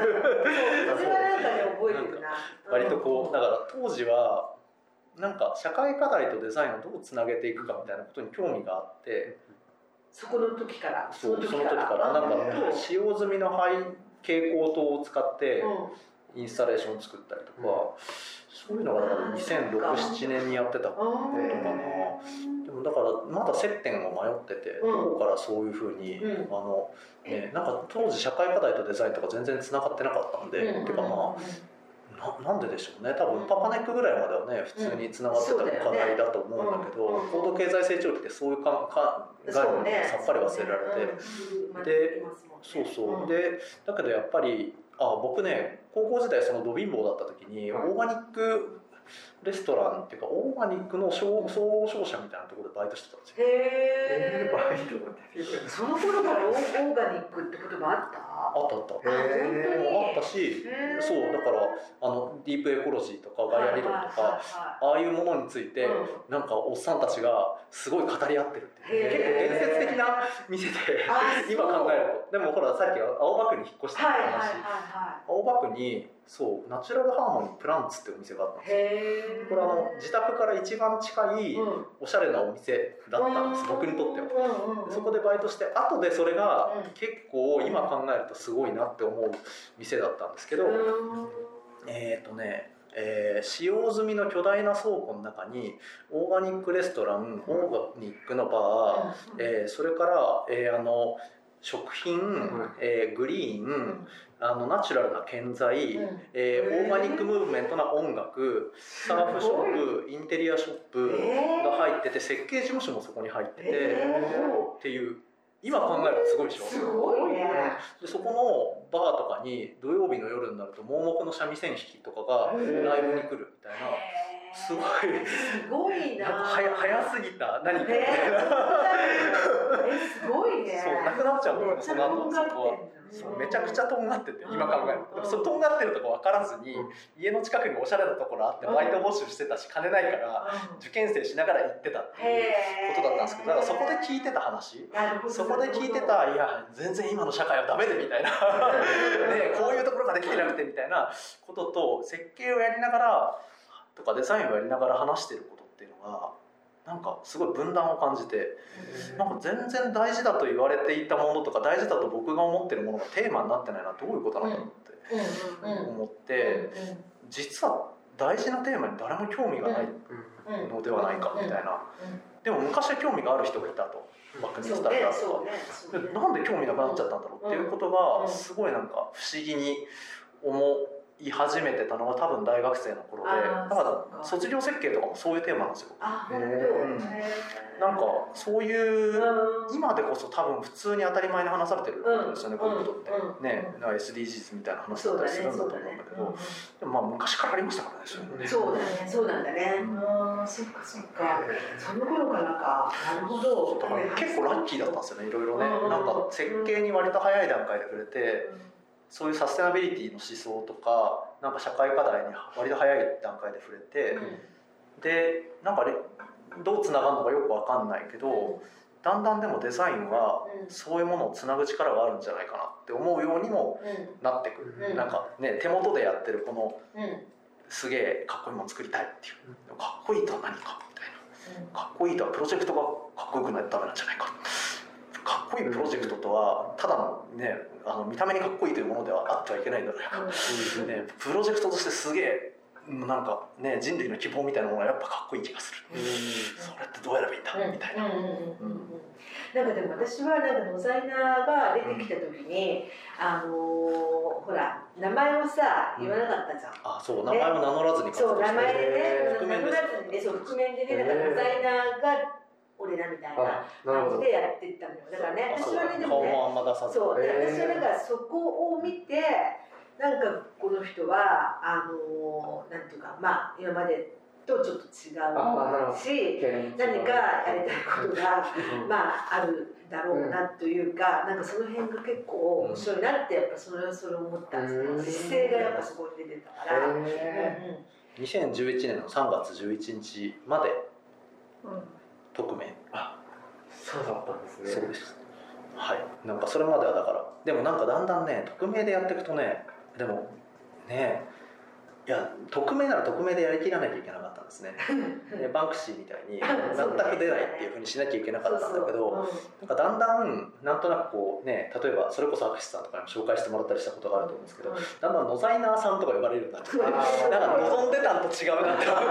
それはなんかね覚えてるな。 割とこうだから当時はなんか社会課題とデザインをどうつなげていくかみたいなことに興味があって、 そこの時からそうその時からなんか使用済みの背蛍光灯を使ってインスタレーションを作ったりとか、うん、そういうのがだからにせんろく、ななねんにやってたことかな。でもだからまだ接点を迷ってて、うん、どこからそういうふうに、うん、あのね、なんか当時社会課題とデザインとか全然つながってなかったんで、うん、てかまあ な, なんででしょうね。多分パパネックぐらいまではね普通につながってた課題だと思うんだけど、うんね、高度経済成長期ってそういうかか概念でさっぱり忘れられて、うん、でそうそう、うん、でだけどやっぱりあ僕ね高校時代そのど貧乏だった時に、うん、オーガニックレストランっていうかオーガニックの総合商社みたいなところでバイトしてたんですよ。 へえ、バイトその頃からオーガニックって言葉あった？ あったあった。あったし、そうだからあのディープエコロジーとかガイア理論とかああいうものについて、うん、なんかおっさんたちがすごい語り合ってるっていう、結構伝説的な店で今考えると。でもほらさっき青葉区に引っ越したって話、青葉区にそうナチュラルハーモニープランツってお店があったんですよ。これあの自宅から一番近いおしゃれなお店だったんです、うん、僕にとっては、うんうん、そこでバイトして後でそれが結構今考えるとすごいなって思う店だったんですけど、うん、えっとねえー、使用済みの巨大な倉庫の中にオーガニックレストラン、オーガニックのバー、えー、それから、えー、あの食品、えー、グリーン、うん、あのナチュラルな建材、うん、えー、オーガニックムーブメントな音楽、サーフショップ、インテリアショップが入ってて、設計事務所もそこに入ってて、えー、っていう今考えるとすごいでしょ。 すごいね。 でそこのバーとかに土曜日の夜になると盲目の三味線弾きとかがライブに来るみたいな、すごいすごいな。 なんか早すぎた何かみたいな。 えすごいね。 そうなくなっちゃうのその後そこは。そうめちゃくちゃとんがってて今考えると、そとんがってるとこ分からずに、家の近くにおしゃれなところあってバイト募集してたし金ないから受験生しながら行ってたっていうことだったんですけど、だからそこで聞いてた話、そこで聞いてたいや全然今の社会はダメでみたいなね、こういうところができてなくてみたいなことと設計をやりながらとかデザインをやりながら話してることっていうのがなんかすごい分断を感じて、なんか全然大事だと言われていたものとか大事だと僕が思ってるものがテーマになってないな、どういうことなんだろうって思って、実は大事なテーマに誰も興味がないのではないかみたいな。でも昔は興味がある人がいたと、バックミンスターだとか、なんで興味なくなっちゃったんだろうっていうことがすごいなんか不思議に思い始めてたのが多分大学生の頃で、だから卒業設計とかもそういうテーマなんですよ。 あ、本当。 なんかそういう今でこそ多分普通に当たり前に話されてるんですよね、こういうことってね、エスディージーズ みたいな話だったりするんだと思うんだけど、でもまあ昔からありましたからね、そういうのね。 そうだね、そうなんだね。ああ、そっかそっか。その頃からか。なるほど。 だから結構ラッキーだったんですよね、いろいろね。なんか設計に割と早い段階で触れて。そういうサステナビリティの思想とか、なんか社会課題に割と早い段階で触れて、うん、でなんかどうつながるのかよく分かんないけど、うん、だんだんでもデザインはそういうものをつなぐ力があるんじゃないかなって思うようにもなってくる、うん、なんかね手元でやってるこの、うん、すげえかっこいいもの作りたいっていう、かっこいいとは何かみたいな、かっこいいとはプロジェクトがかっこよくないとダメなんじゃないか、かっこいいプロジェクトとはただのね、あの見た目にかっこいいというものではあってはいけないんだろうか、うんね、プロジェクトとしてすげえなんかね人類の希望みたいなものがやっぱかっこいい気がする、うん、それってどうやればいいんだ、うん、みたいな、 なんかでも私はなんかノザイナーが出てきた時に、うん、あのー、ほら名前をさ言わなかったじゃん、うん、 あそう名前を名乗らずに活動して、 そう名前でね名乗らずにね、そう覆面でね、だからノザイナーが俺らみたいな感じでやっていったのよ。だからね、私はね、でもね、そう、私はなんかそこを見て、なんかこの人はあのなんていうか、まあ今までとちょっと違うし、何かやりたいことがまああるだろうなというか、なんかその辺が結構面白いなってやっぱそれはそれ思ったんですね。姿勢がやっぱそこに出てたから。 にせんじゅういちねんのさんがつじゅういちにちまで匿名。 あ、そうだったんですね。 そうです。はい。なんかそれまではだからでもなんかだんだんね匿名でやっていくとね、でもねいや匿名なら匿名でやりきらなきゃいけなかったんですね。でバンクシーみたいに全く出ないっていうふうにしなきゃいけなかったんだけど、なんかだんだんなんとなくこうね、例えばそれこそアクシスさんとかにも紹介してもらったりしたことがあると思うんですけど、だんだんノザイナーさんとか呼ばれるようになっちゃって、なんか望んでたんと違うなって思って。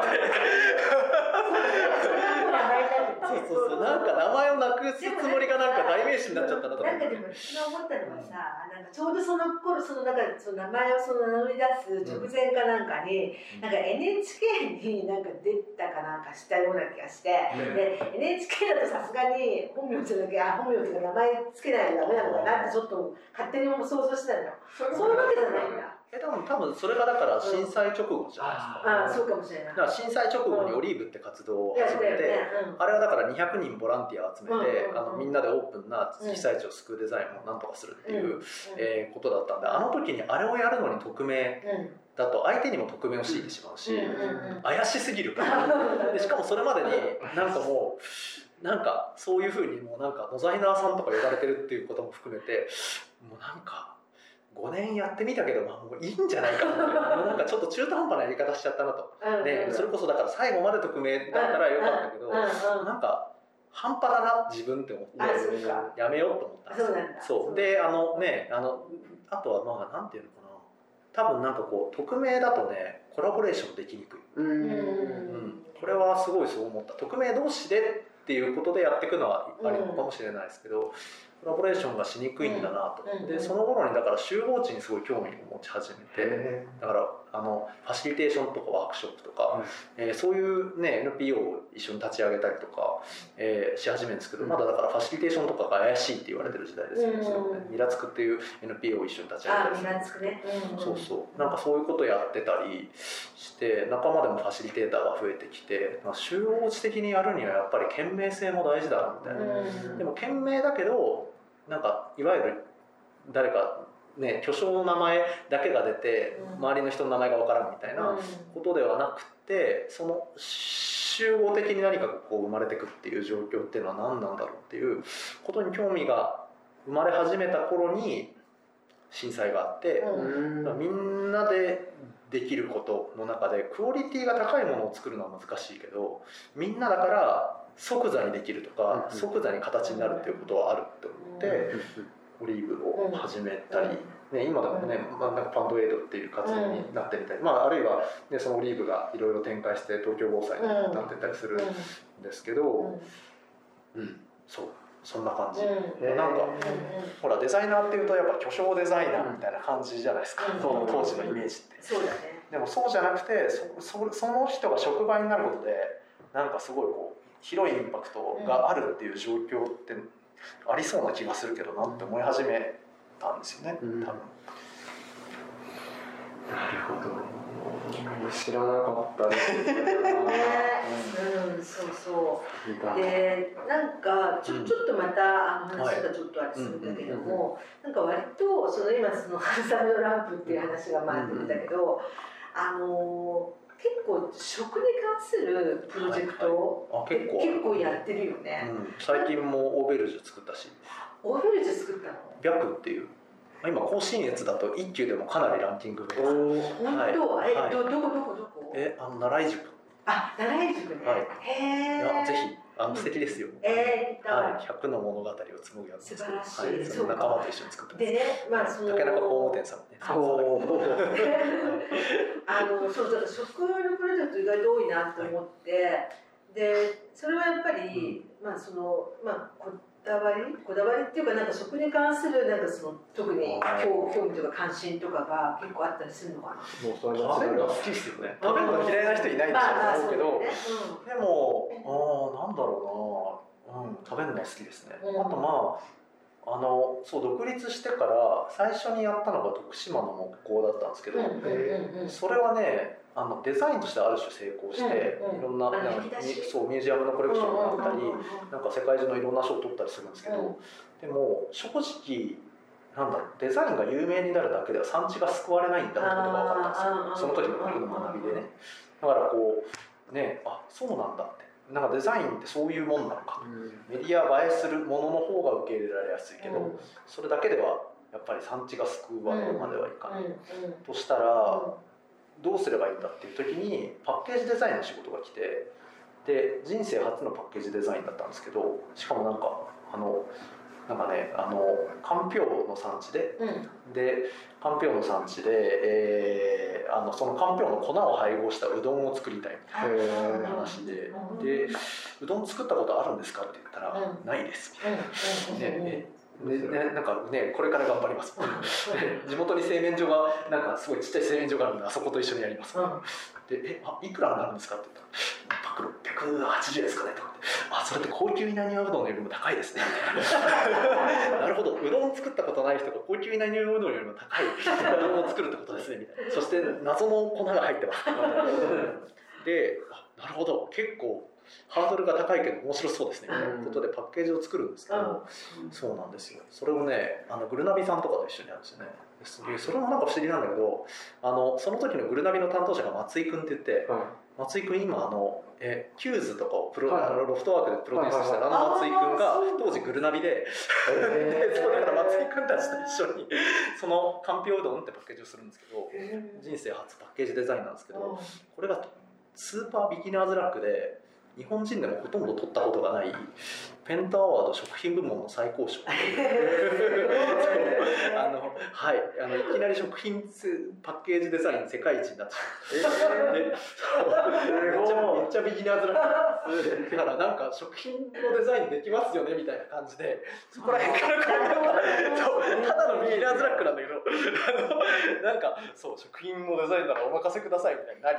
そうそうそう、なんか名前をなくすつもりがなんか代名詞になっちゃったなと思って。 なんかでも私が思ったのはさ、なんかちょうどその頃そのなんかその名前をその名乗り出す直前かなんかに、うん、なんか エヌエイチケー になんか出たかなんかしたような気がして、うん、で エヌエイチケー だとさすがに本名じゃなきゃ本名とか名前つけないとダメなのかなってちょっと勝手に想像してたのよ。そういうわけじゃないんだ。 え多分多分それがだから震災直後じゃないですか。 ああそうかもしれない。 だから震災直後にオリーブって活動を始めて、うん、あれはだからにひゃくにんボランティアを集めて、うん、あのみんなでオープンな被災地を救うデザインをなんとかするっていう、うんえー、ことだったんで、あの時にあれをやるのに匿名だと相手にも匿名を強いてしまうし、うん、怪しすぎるからでしかもそれまでになんかもうなんかそういうふうにもうなんかノザイナーさんとか呼ばれてるっていうことも含めて、もうなんかごねんやってみたけど、まあ、もういいんじゃないかなってなんかちょっと中途半端なやり方しちゃったなと、ね、それこそだから最後まで匿名だったらよかったけど、なんか半端だな自分って思ってやめようと思ったんですよ。そうであのねあのあとはまあなんていうのかな、多分なんかこう匿名だとねコラボレーションできにくい。うん、うん、これはすごいそう思った。匿名同士でっていうことでやっていくのはありのかもしれないですけど、コラボレーションがしにくいんだなと、うん、でその頃にだから集合地にすごい興味を持ち始めて、だからあのファシリテーションとかワークショップとか、うんえー、そういう、ね、エヌピーオー を一緒に立ち上げたりとか、えー、し始めるんですけど、まだだからファシリテーションとかが怪しいって言われてる時代ですよね。うん、ミラつくっていう エヌピーオー を一緒に立ち上げたりする。 あ、ミラつくね、うん、 そうそうなんかそういうことやってたりして仲間でもファシリテーターが増えてきて、まあ、集合地的にやるにはやっぱり県名性も大事だなみたいな、うん、でも県名だけどなんかいわゆる誰かね巨匠の名前だけが出て、うん、周りの人の名前が分からんみたいなことではなくて、その集合的に何かこう生まれてくっていう状況っていうのは何なんだろうっていうことに興味が生まれ始めた頃に震災があって、うん、みんなでできることの中でクオリティが高いものを作るのは難しいけど、みんなだから即座にできるとか、うん、即座に形になるっていうことはあるって思って、うん、オリーブを始めたり、うんね、今でもね、まあ、なんかパンドエイドっていう活動になってみたり、うんまあ、あるいは、ね、そのオリーブがいろいろ展開して東京防災になってったりするんですけど、うん、うん、そうそんな感じ、うん、なんか、うん、ほらデザイナーっていうとやっぱ巨匠デザイナーみたいな感じじゃないですか、うん、当時のイメージって、 そうだね、 でもそうじゃなくて そ, そ, その人が職場になることでなんかすごいこう広いインパクトがあるっていう状況ってありそうな気がするけどなって思い始めたんですよね、うん、多分。 なるほど、知らなかったですね。 うん、そうそう。で、なんかちょ、うん、ちょっとまたあの話がちょっとあれするんだけども、なんか割とその今その春雨のランプっていう話がまあ出てたけど、あの結構食に関するプロジェクトを、はいはい、結構、結構やってるよね、 うん、最近もオーベルジュ作ったし。 オーベルジュ作ったの？ 白っていう今甲信越だと一級でもかなりランキングが。 本当、はい、え、はい、ど, どこどこどこ？ え、あの奈良井塾。 あ、奈良井塾ね。はい、へえ。いやぜひあの素敵ですよ。 えー、 はい、百の物語を紡ぐやつですけど、素晴らしい。はい、その仲間と一緒に作ってます。 でね、まあその竹中工務店さんもね。そうあのそうだから食のプロジェクト意外と多いなと思って、でそれはやっぱり、うん、まあそのまあここだわりこだわりっていうかなんか食に関するなんかその特に興味とか関心とかが結構あったりするのかな。 もうそれ食べるの好きですよね。食べるの嫌いな人いないんでしょうけど、でもああなんだろうな、うん、食べるのは好きですね。うん、あとまああのそう独立してから最初にやったのが徳島の木工だったんですけど、それはねあのデザインとしてある種成功して、うんうん、いろんな、なんかそうミュージアムのコレクションがあったり、なんか世界中のいろんな賞を取ったりするんですけど、うん、でも正直なんだろう、デザインが有名になるだけでは産地が救われないんだってことが分かったんですよ、その時の僕の学びでね。だからこうね、あ、そうなんだって、なんかデザインってそういうもんなのかと、うん、メディア映えするものの方が受け入れられやすいけど、うん、それだけではやっぱり産地が救うわけまではいかない、うんうん、としたら、どうすればいいんだっていう時にパッケージデザインの仕事が来て、で人生初のパッケージデザインだったんですけど、しかもなんかあのなんかね、あのかんぴょうの産地で、うん、でかんぴょうの産地で、えー、あのそのかんぴょうの粉を配合したうどんを作りたいみたいな話で、でうどん作ったことあるんですかって言ったら、うん、ないですみたいな、うん、ねねね、なんかね、これから頑張ります地元に製麺所がなんかすごいちっちゃい製麺所があるんで、あそこと一緒にやります、うん、でえあいくらになるんですかって言ったらパックろっぴゃくはちじゅうえんですかねとかって、あそれって高級稲庭うどんよりも高いですねなるほど、うどんを作ったことない人が高級稲庭うどんよりも高いうどんを作るってことですねみたいな、そして謎の粉が入ってますで、あなるほど、結構ハードルが高いけど面白そうですねみたいなことでパッケージを作るんですけど、うん、そうなんですよ。それをね、あのグルナビさんとかと一緒にやるんですよね。それもなんか不思議なんだけど、あのその時のグルナビの担当者が松井君って言って、うん、松井君今あのえキューズとかをプロ、はい、あのロフトワークでプロデュースしたあの松井君が当時グルナビで、でそうだから松井君たちと一緒にそのかんぴょううどんってパッケージをするんですけど、人生初パッケージデザインなんですけど、これがスーパービギナーズラックで日本人でもほとんど取ったことがないペンタアワード食品部門の最高賞あの、はい、あのいきなり食品パッケージデザイン世界一になってしまって、めっちゃめっちゃビギナーズラックだからなんか食品のデザインできますよねみたいな感じで、そこら辺からこうただのビギナーズラックなんだけど、あのなんかそう食品のデザインならお任せくださいみたいになり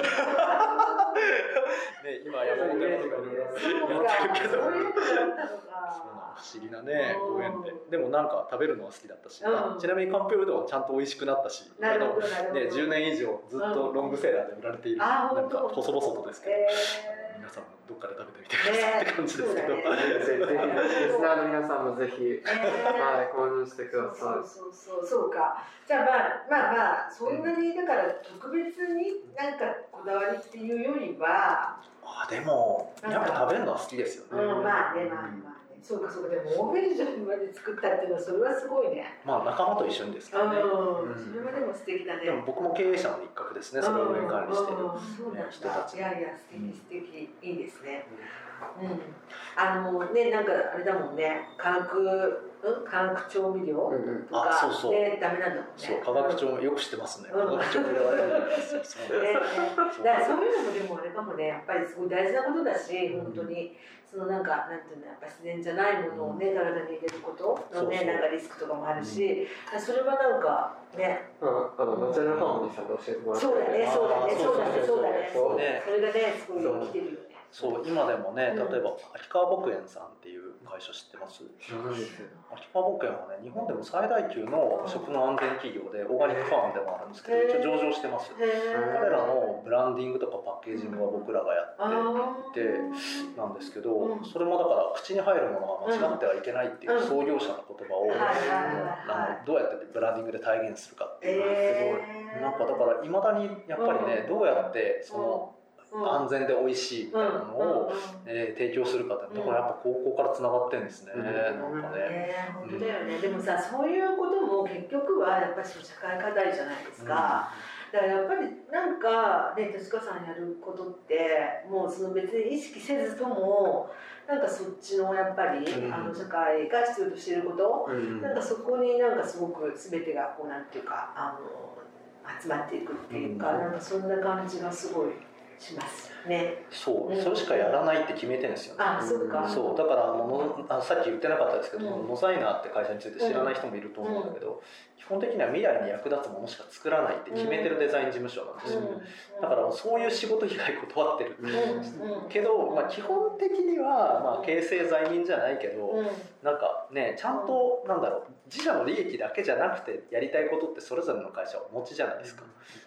ね、今山本山とかいろいろやってるけど、そうなの不思議なねご縁で、でもなんか食べるのは好きだったし、うん、ちなみにかんぴょううどんはちゃんと美味しくなったし、 なるほどね、じゅうねん以上ずっとロングセラーで売られている、なんか細々とですけど、えー、皆さんもどっかで食べてみてくださいって感じですけど、ね、 ぜひリスナーの皆さんもぜひ、えー、はい、購入してください。 そうそうそうそうか。じゃあまあまあまあそんなにだから特別になんかこだわりっていうよりは、 あでもやっぱ食べるのは好きですよね。 うん、まあねまあまあね、そうかそうか。でもオーベルジョンまで作ったっていうのはそれはすごいね。 まあ仲間と一緒にですけどね。 うん、それはでも素敵だね。 でも僕も経営者の一角ですね。それを上管理してる人たち。 いやいや素敵素敵、いいですね。うん、あのね、なんかあれだもんね、化学、うん、化学調味料とか、 うんうん、そうそう、 ね、ダメなんだもんね。 そう、化学調味料よく知ってますね。化学調味料はそうそうね、だからそういうのもでもあれかもね、やっぱりすごい大事なことだし、本当にそのなんかなんていうの、やっぱ自然じゃないものをね、体に入れることのね、なんかリスクとかもあるし、うん、それはなんかね、 うん、あのナチュラルハーモニーさんと教えてもらって、 そうだね、そうだね、そうだね、そうだね、そうだね、それがね、すごい生きてるよね。 そう今でもね、例えば秋川牧園さんっていう会社知ってます？ 知らないです。 秋川牧園はね、日本でも最大級の食の安全企業でオーガニックファームでもあるんですけど、一応上場してます。彼らのブランディングとかパッケージングは僕らがやっていてなんですけど、それもだから口に入るものは間違ってはいけないっていう創業者の言葉をあのどうやってブランディングで体現するかっていうのがすごい、なんかだからいまだにやっぱりね、どうやってその安全で美味しいみたいなのを、うんえー、提供するかってところやっぱ高校からつながってるんですね、うん、なんかね、 えー、本当だよね、うん、でもさそういうことも結局はやっぱり社会課題じゃないですか、うん、だからやっぱりなんかね手塚さんやることってもうその別に意識せずともなんかそっちのやっぱり、うん、あの社会が必要としていること、うん、なんかそこになんかすごく全てがこうなんていうかあの集まっていくっていうか、うん、なんかそんな感じがすごいしますね。 そう、うん、それしかやらないって決めてるんですよね。 あ、そうか。 そう、だからあのあさっき言ってなかったですけど、うん、ノザイナーって会社について知らない人もいると思うんだけど、うん、基本的には未来に役立つものしか作らないって決めてるデザイン事務所なんですよ、うん、だからそういう仕事以外断ってる、うん、けど、まあ、基本的には、まあ、形成罪人じゃないけど、うん、なんかねちゃんとなんだろう自社の利益だけじゃなくてやりたいことってそれぞれの会社はお持ちじゃないですか。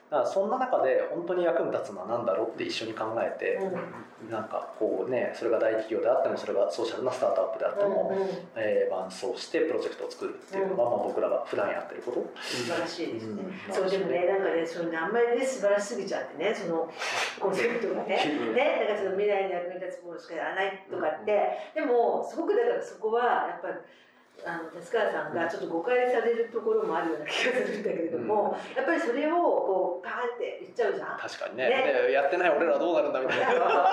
だからそんな中で本当に役に立つのは何だろうって一緒に考えて、うん、なんかこうねそれが大企業であってもそれがソーシャルなスタートアップであっても、うんうんえー、伴走してプロジェクトを作るっていうのが、うんまあ、僕らが普段やってること。 素晴らしいですね、うん、そうでもねなんかねそれねあんまりね素晴らしすぎちゃってねそのコンセプトがねねだからその未来に役に立つものしかやらないとかって、うん、でもすごくだからそこはやっぱりあの達川さんがちょっと誤解されるところもあるような気がするんだけれども、うん、やっぱりそれをこうパーンって言っちゃうじゃん。 確かに ね, ねでやってない俺らどうなるんだみたいな。だから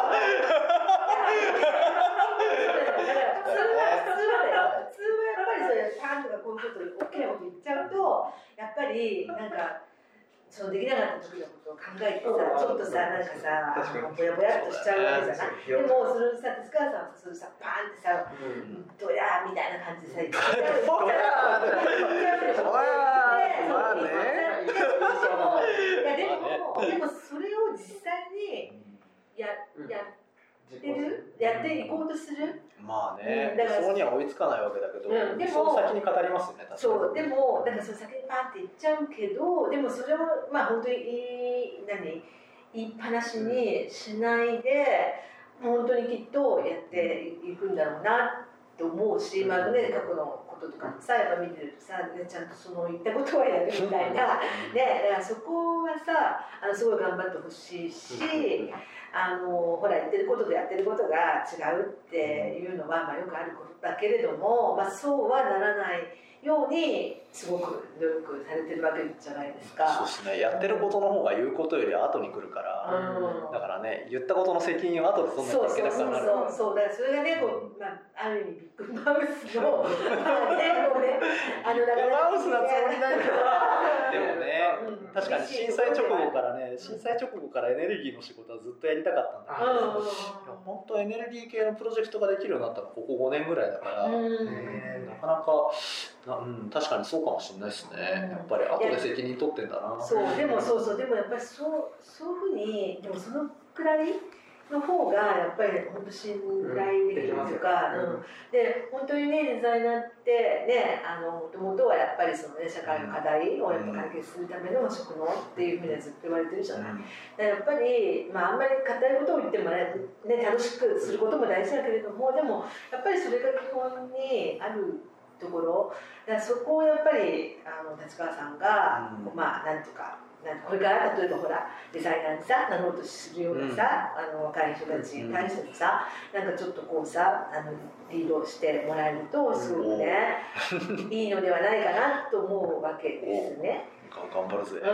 普通は普通はだよ普通はやっぱりそれパーンとかこういうこと大きなこと言っちゃうとやっぱりなんかそのできなかった時のことを考えてさちょっとさなんかさぼやぼやっとしちゃうわけじゃない。でもそれさ達川さんはそれさパーンってさドヤーみたいな感じでさ言っちゃうドヤーって言っちゃうでしょ。まあね。いやでもでもそれを実際にややってるやっていこうとする。 まあね、うん、そこには追いつかないわけだけど、うん、でもその先に語りますよね。 そうでもだからその先にパンって言っちゃうけどでもそれをまあ本当にいい何言いっぱなしにしないで本当にきっとやっていくんだろうなと思うし、まあね過去のこととかさやっぱ見てるとさ、ね、ちゃんとその言ったことはやるみたいなねだからそこはさあのすごい頑張ってほしいし。あのほら言ってることとやってることが違うっていうのは、まあ、よくあることだけれども、まあ、そうはならないようにすごく努力されてるわけじゃないですか。 そうですね。やってることの方が言うことより後に来るから、うん、だからね言ったことの責任を後でそんなに受けなくなる。 そうそうそうそうだからそれがねこう、まあ、ある意味ビッグマウスのまあねこうねあのだからマウスなつもりないけどでもね、うん、確かに震災直後からね震災直後からエネルギーの仕事はずっとやりたかったんだけど、うん、いや本当エネルギー系のプロジェクトができるようになったのはここごねんぐらいだから、うん、なかなかな、うん、確かにそうかもしれないですね、うん、やっぱり後で責任取ってんだな。 そうでもそうそうでもやっぱりそうそういうふうにでもそのくらいの方がやっぱり本当信頼できるというか、うんうん、で本当にねデザイナーってねあの元々はやっぱりその、ね、社会の課題をやっぱ解決するための職能っていうふうにはずっと言われてるじゃない。でやっぱり、まあ、あんまり硬いことを言ってもね楽しくすることも大事だけれどもでもやっぱりそれが基本にあるところだからそこをやっぱりあの達川さんが、うん、まあなんていうかこれから例えばほらデザイナーにさなろうとするようなさ、うん、あの若い人たちに対してもさ、うん、なんかちょっとこうさあのリードしてもらえるとすごくね、うん、いいのではないかなと思うわけですね。 頑張るぜ。い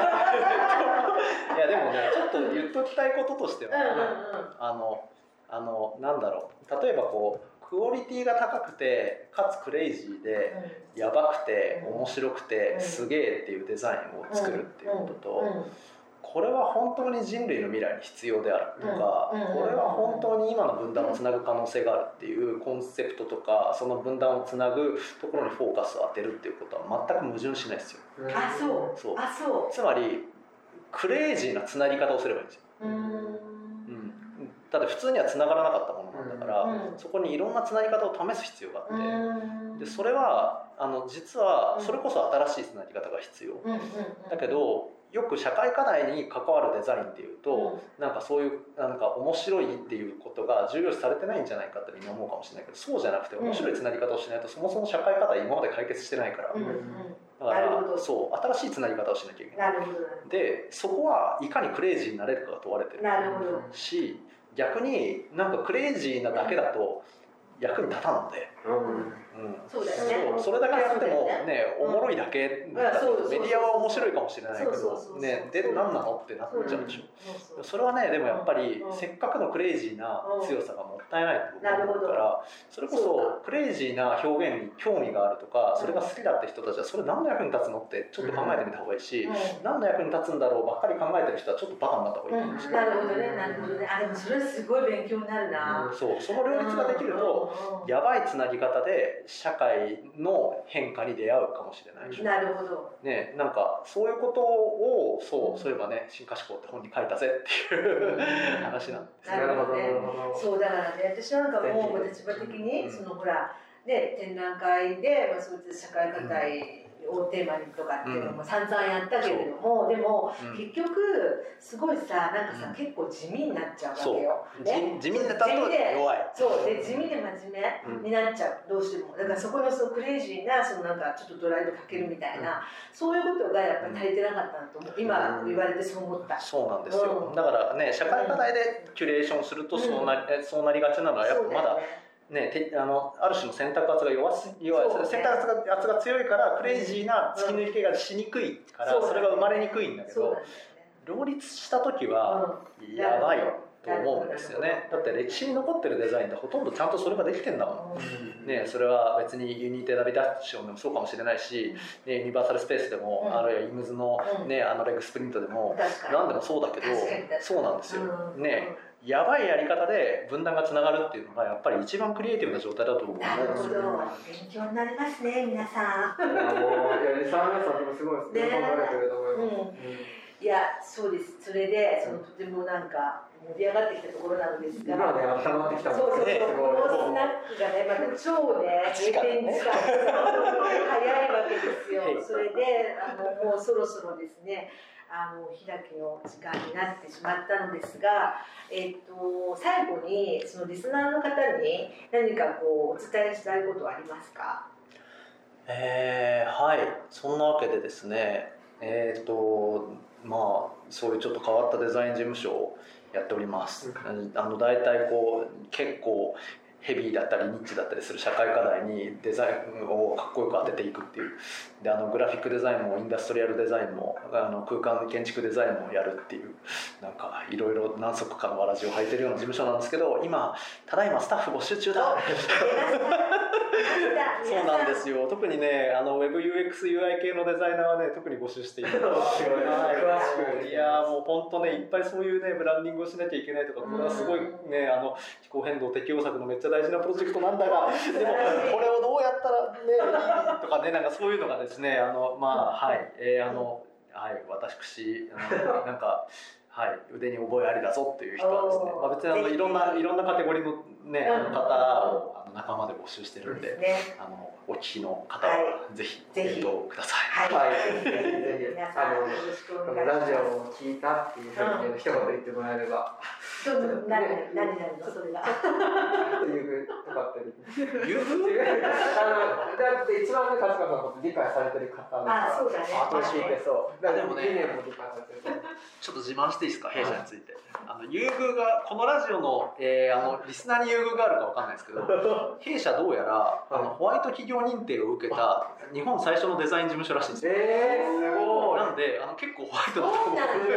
やでもねちょっと言っときたいこととしては、ね、うんうんうん、あのあのなんだろう例えばこうクオリティが高くてかつクレイジーで、うん、やばくて面白くて、うん、すげえっていうデザインを作るっていうことと、うんうん、これは本当に人類の未来に必要であるとか、うん、これは本当に今の分断をつなぐ可能性があるっていうコンセプトとかその分断をつなぐところにフォーカスを当てるっていうことは全く矛盾しないですよ。 あ、そう。 そう。 あ、そう。 つまりクレイジーなつなぎ方をすればいいんですよ。うん、だって普通にはつながらなかったものなんだから、うん、そこにいろんなつなぎ方を試す必要があって、うん、でそれはあの実はそれこそ新しいつなぎ方が必要、うん、だけどよく社会課題に関わるデザインっていうと、うん、なんかそういうなんか面白いっていうことが重要視されてないんじゃないかってみんな思うかもしれないけどそうじゃなくて面白いつなぎ方をしないとそもそも社会課題今まで解決してないから、うん、だからそう新しいつなぎ方をしなきゃいけない。なるほど。でそこはいかにクレイジーになれるかが問われてるし逆になんかクレイジーなだけだと役に立たんので、うんうん、そうだよね。それだけやってもね、おもろいだけだとメディアは面白いかもしれないけどね、で何なのってなっちゃうでしょ。それはねでもやっぱりせっかくのクレイジーな強さがもったいないってことだからそれこそクレイジーな表現に興味があるとかそれが好きだって人たちはそれ何の役に立つのってちょっと考えてみた方がいいし、何の役に立つんだろうばっかり考えてる人はちょっとバカになった方がいいと思うんですよ。 なるほどね、なるほどね。あでもそれすごい勉強になるな。 そうその両立ができるとやばいつなぎ方で社会の変化に出会うかもしれないし、 なるほど、 ね、なんかそういうことをそうそういえばね進化思考って本に書いたぜっていう話なんです。 なるほどね。そうだからね私なんかも立場的にそのほらね展覧会でまあそういった社会課題をテーマにとかっていうのも散々やったけれども、うん、でも、うん、結局すごいさなんかさ、うん、結構地味になっちゃうわけよ。 ね、地味でだと弱い。 そうで地味で真面目になっちゃう、どうしても。だからそこのそのクレイジーなそのなんかちょっとドライブかけるみたいな、うん、そういうことがやっぱり足りてなかったなと思う。今言われてそう思った。 そうなんですよ。うん、だからね社会課題でキュレーションするとそうなり、うん、そうなりがちなのはやっぱまだ。ね、てあのある種の選択圧が弱す弱い、ね、選択圧が強いからクレイジーな突き抜けがしにくいから、うん、それが生まれにくいんだけど、ね、両立した時はやばいよと思うんですよね。だって歴史に残ってるデザインってほとんどちゃんとそれができてんだもん、うん、ね、それは別にユニティダビタッションでもそうかもしれないし、ね、ユニバーサルスペースでも、うん、あるいはイムズの、ね、あのレグスプリントでも何でもそうだけどそうなんですよ、ね、やばいやり方で分断がつながるっていうのがやっぱり一番クリエイティブな状態だと思うんですよ。 勉強になりますね皆さん。 いやもういやリサー皆さんでもすごいですね。 いやそうです。それでそのとてもなんか盛り上がってきたところなのですが、 今ね温まってきたもんね。そうそうそう。このスナックがねまた超ね閉店時間早いわけですよ。それであのもうそろそろですね。あの開きの時間になってしまったのですが、えー、と最後にそのリスナーの方に何かこうお伝えしたいことはありますか？ えー、はいそんなわけでですねえっ、ー、とまあそういうちょっと変わったデザイン事務所をやっております。あの大体こう結構ヘビーだったりニッチだったりする社会課題にデザインをかっこよく当てていくっていうであのグラフィックデザインもインダストリアルデザインもあの空間建築デザインもやるっていうなんかいろいろ何足かのわらじを履いてるような事務所なんですけど今ただいまスタッフ募集中だそうなんですよ。特にねあの ウェブユーエックスユーアイ 系のデザイナーはね特に募集しているいやもう本当ねいっぱいそういうねブランディングをしなきゃいけないとかこれはすごいねあの気候変動適応策のめっちゃ大事なプロジェクトなんだがでもこれをどうやったらねいいとかねなんかそういうのがですねあのまあはい、えー、あのはい私あのなんかはい、腕に覚えありだぞっていう人はですね、まあ、別にあのいろんないろんなカテゴリーの、ね、あの方をあの仲間で募集してるんで、ね、あのお聞きの方はぜひご検討ください。 はい、 ぜひぜひ皆さんよろしくお願いします。ラジオを聞いたっていうふうに一言言ってもらえれば。 どうぞ何何何のそれが。 優遇とかって優遇？あのだって一番ね勝川さんのこと理解されてる方ですから。 あ、そうだね。 あ、聞いてそう。だでもね、 理念も理解されてる。 ちょっと自慢していいですか弊社について。あの優遇がこのラジオの、えー、あのリスナーに優遇があるかわかんないですけど弊社どうやらあのホワイト企業認定を受けた日本最初のデザイン事務所らしいんですよ。 えー、すごい。 なのであの結構ホワイトだと思う。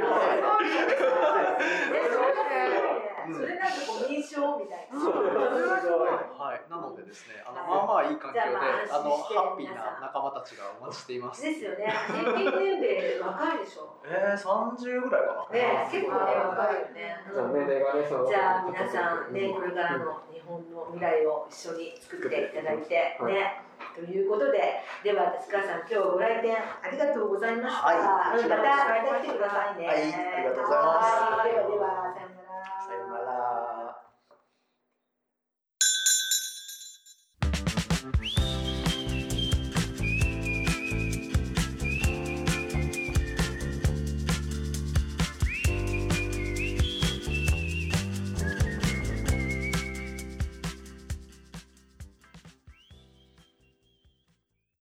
それなんかこう認証みたいな。そう。 はい。なのでですね、あのまあまあいい環境で、あのハッピーな仲間たちがお待ちしています。 ですよね。平均年齢若いでしょ。 ええ三十ぐらいかな。 ね、結構ね若いよね。じゃあ皆さんねこれからの日本の未来を一緒に作っていただいてね。ということで、では安川さん今日ご来店ありがとうございました。はい。またまた来てくださいね。 はい。ありがとうございます。 ではではさよなら。 さよなら。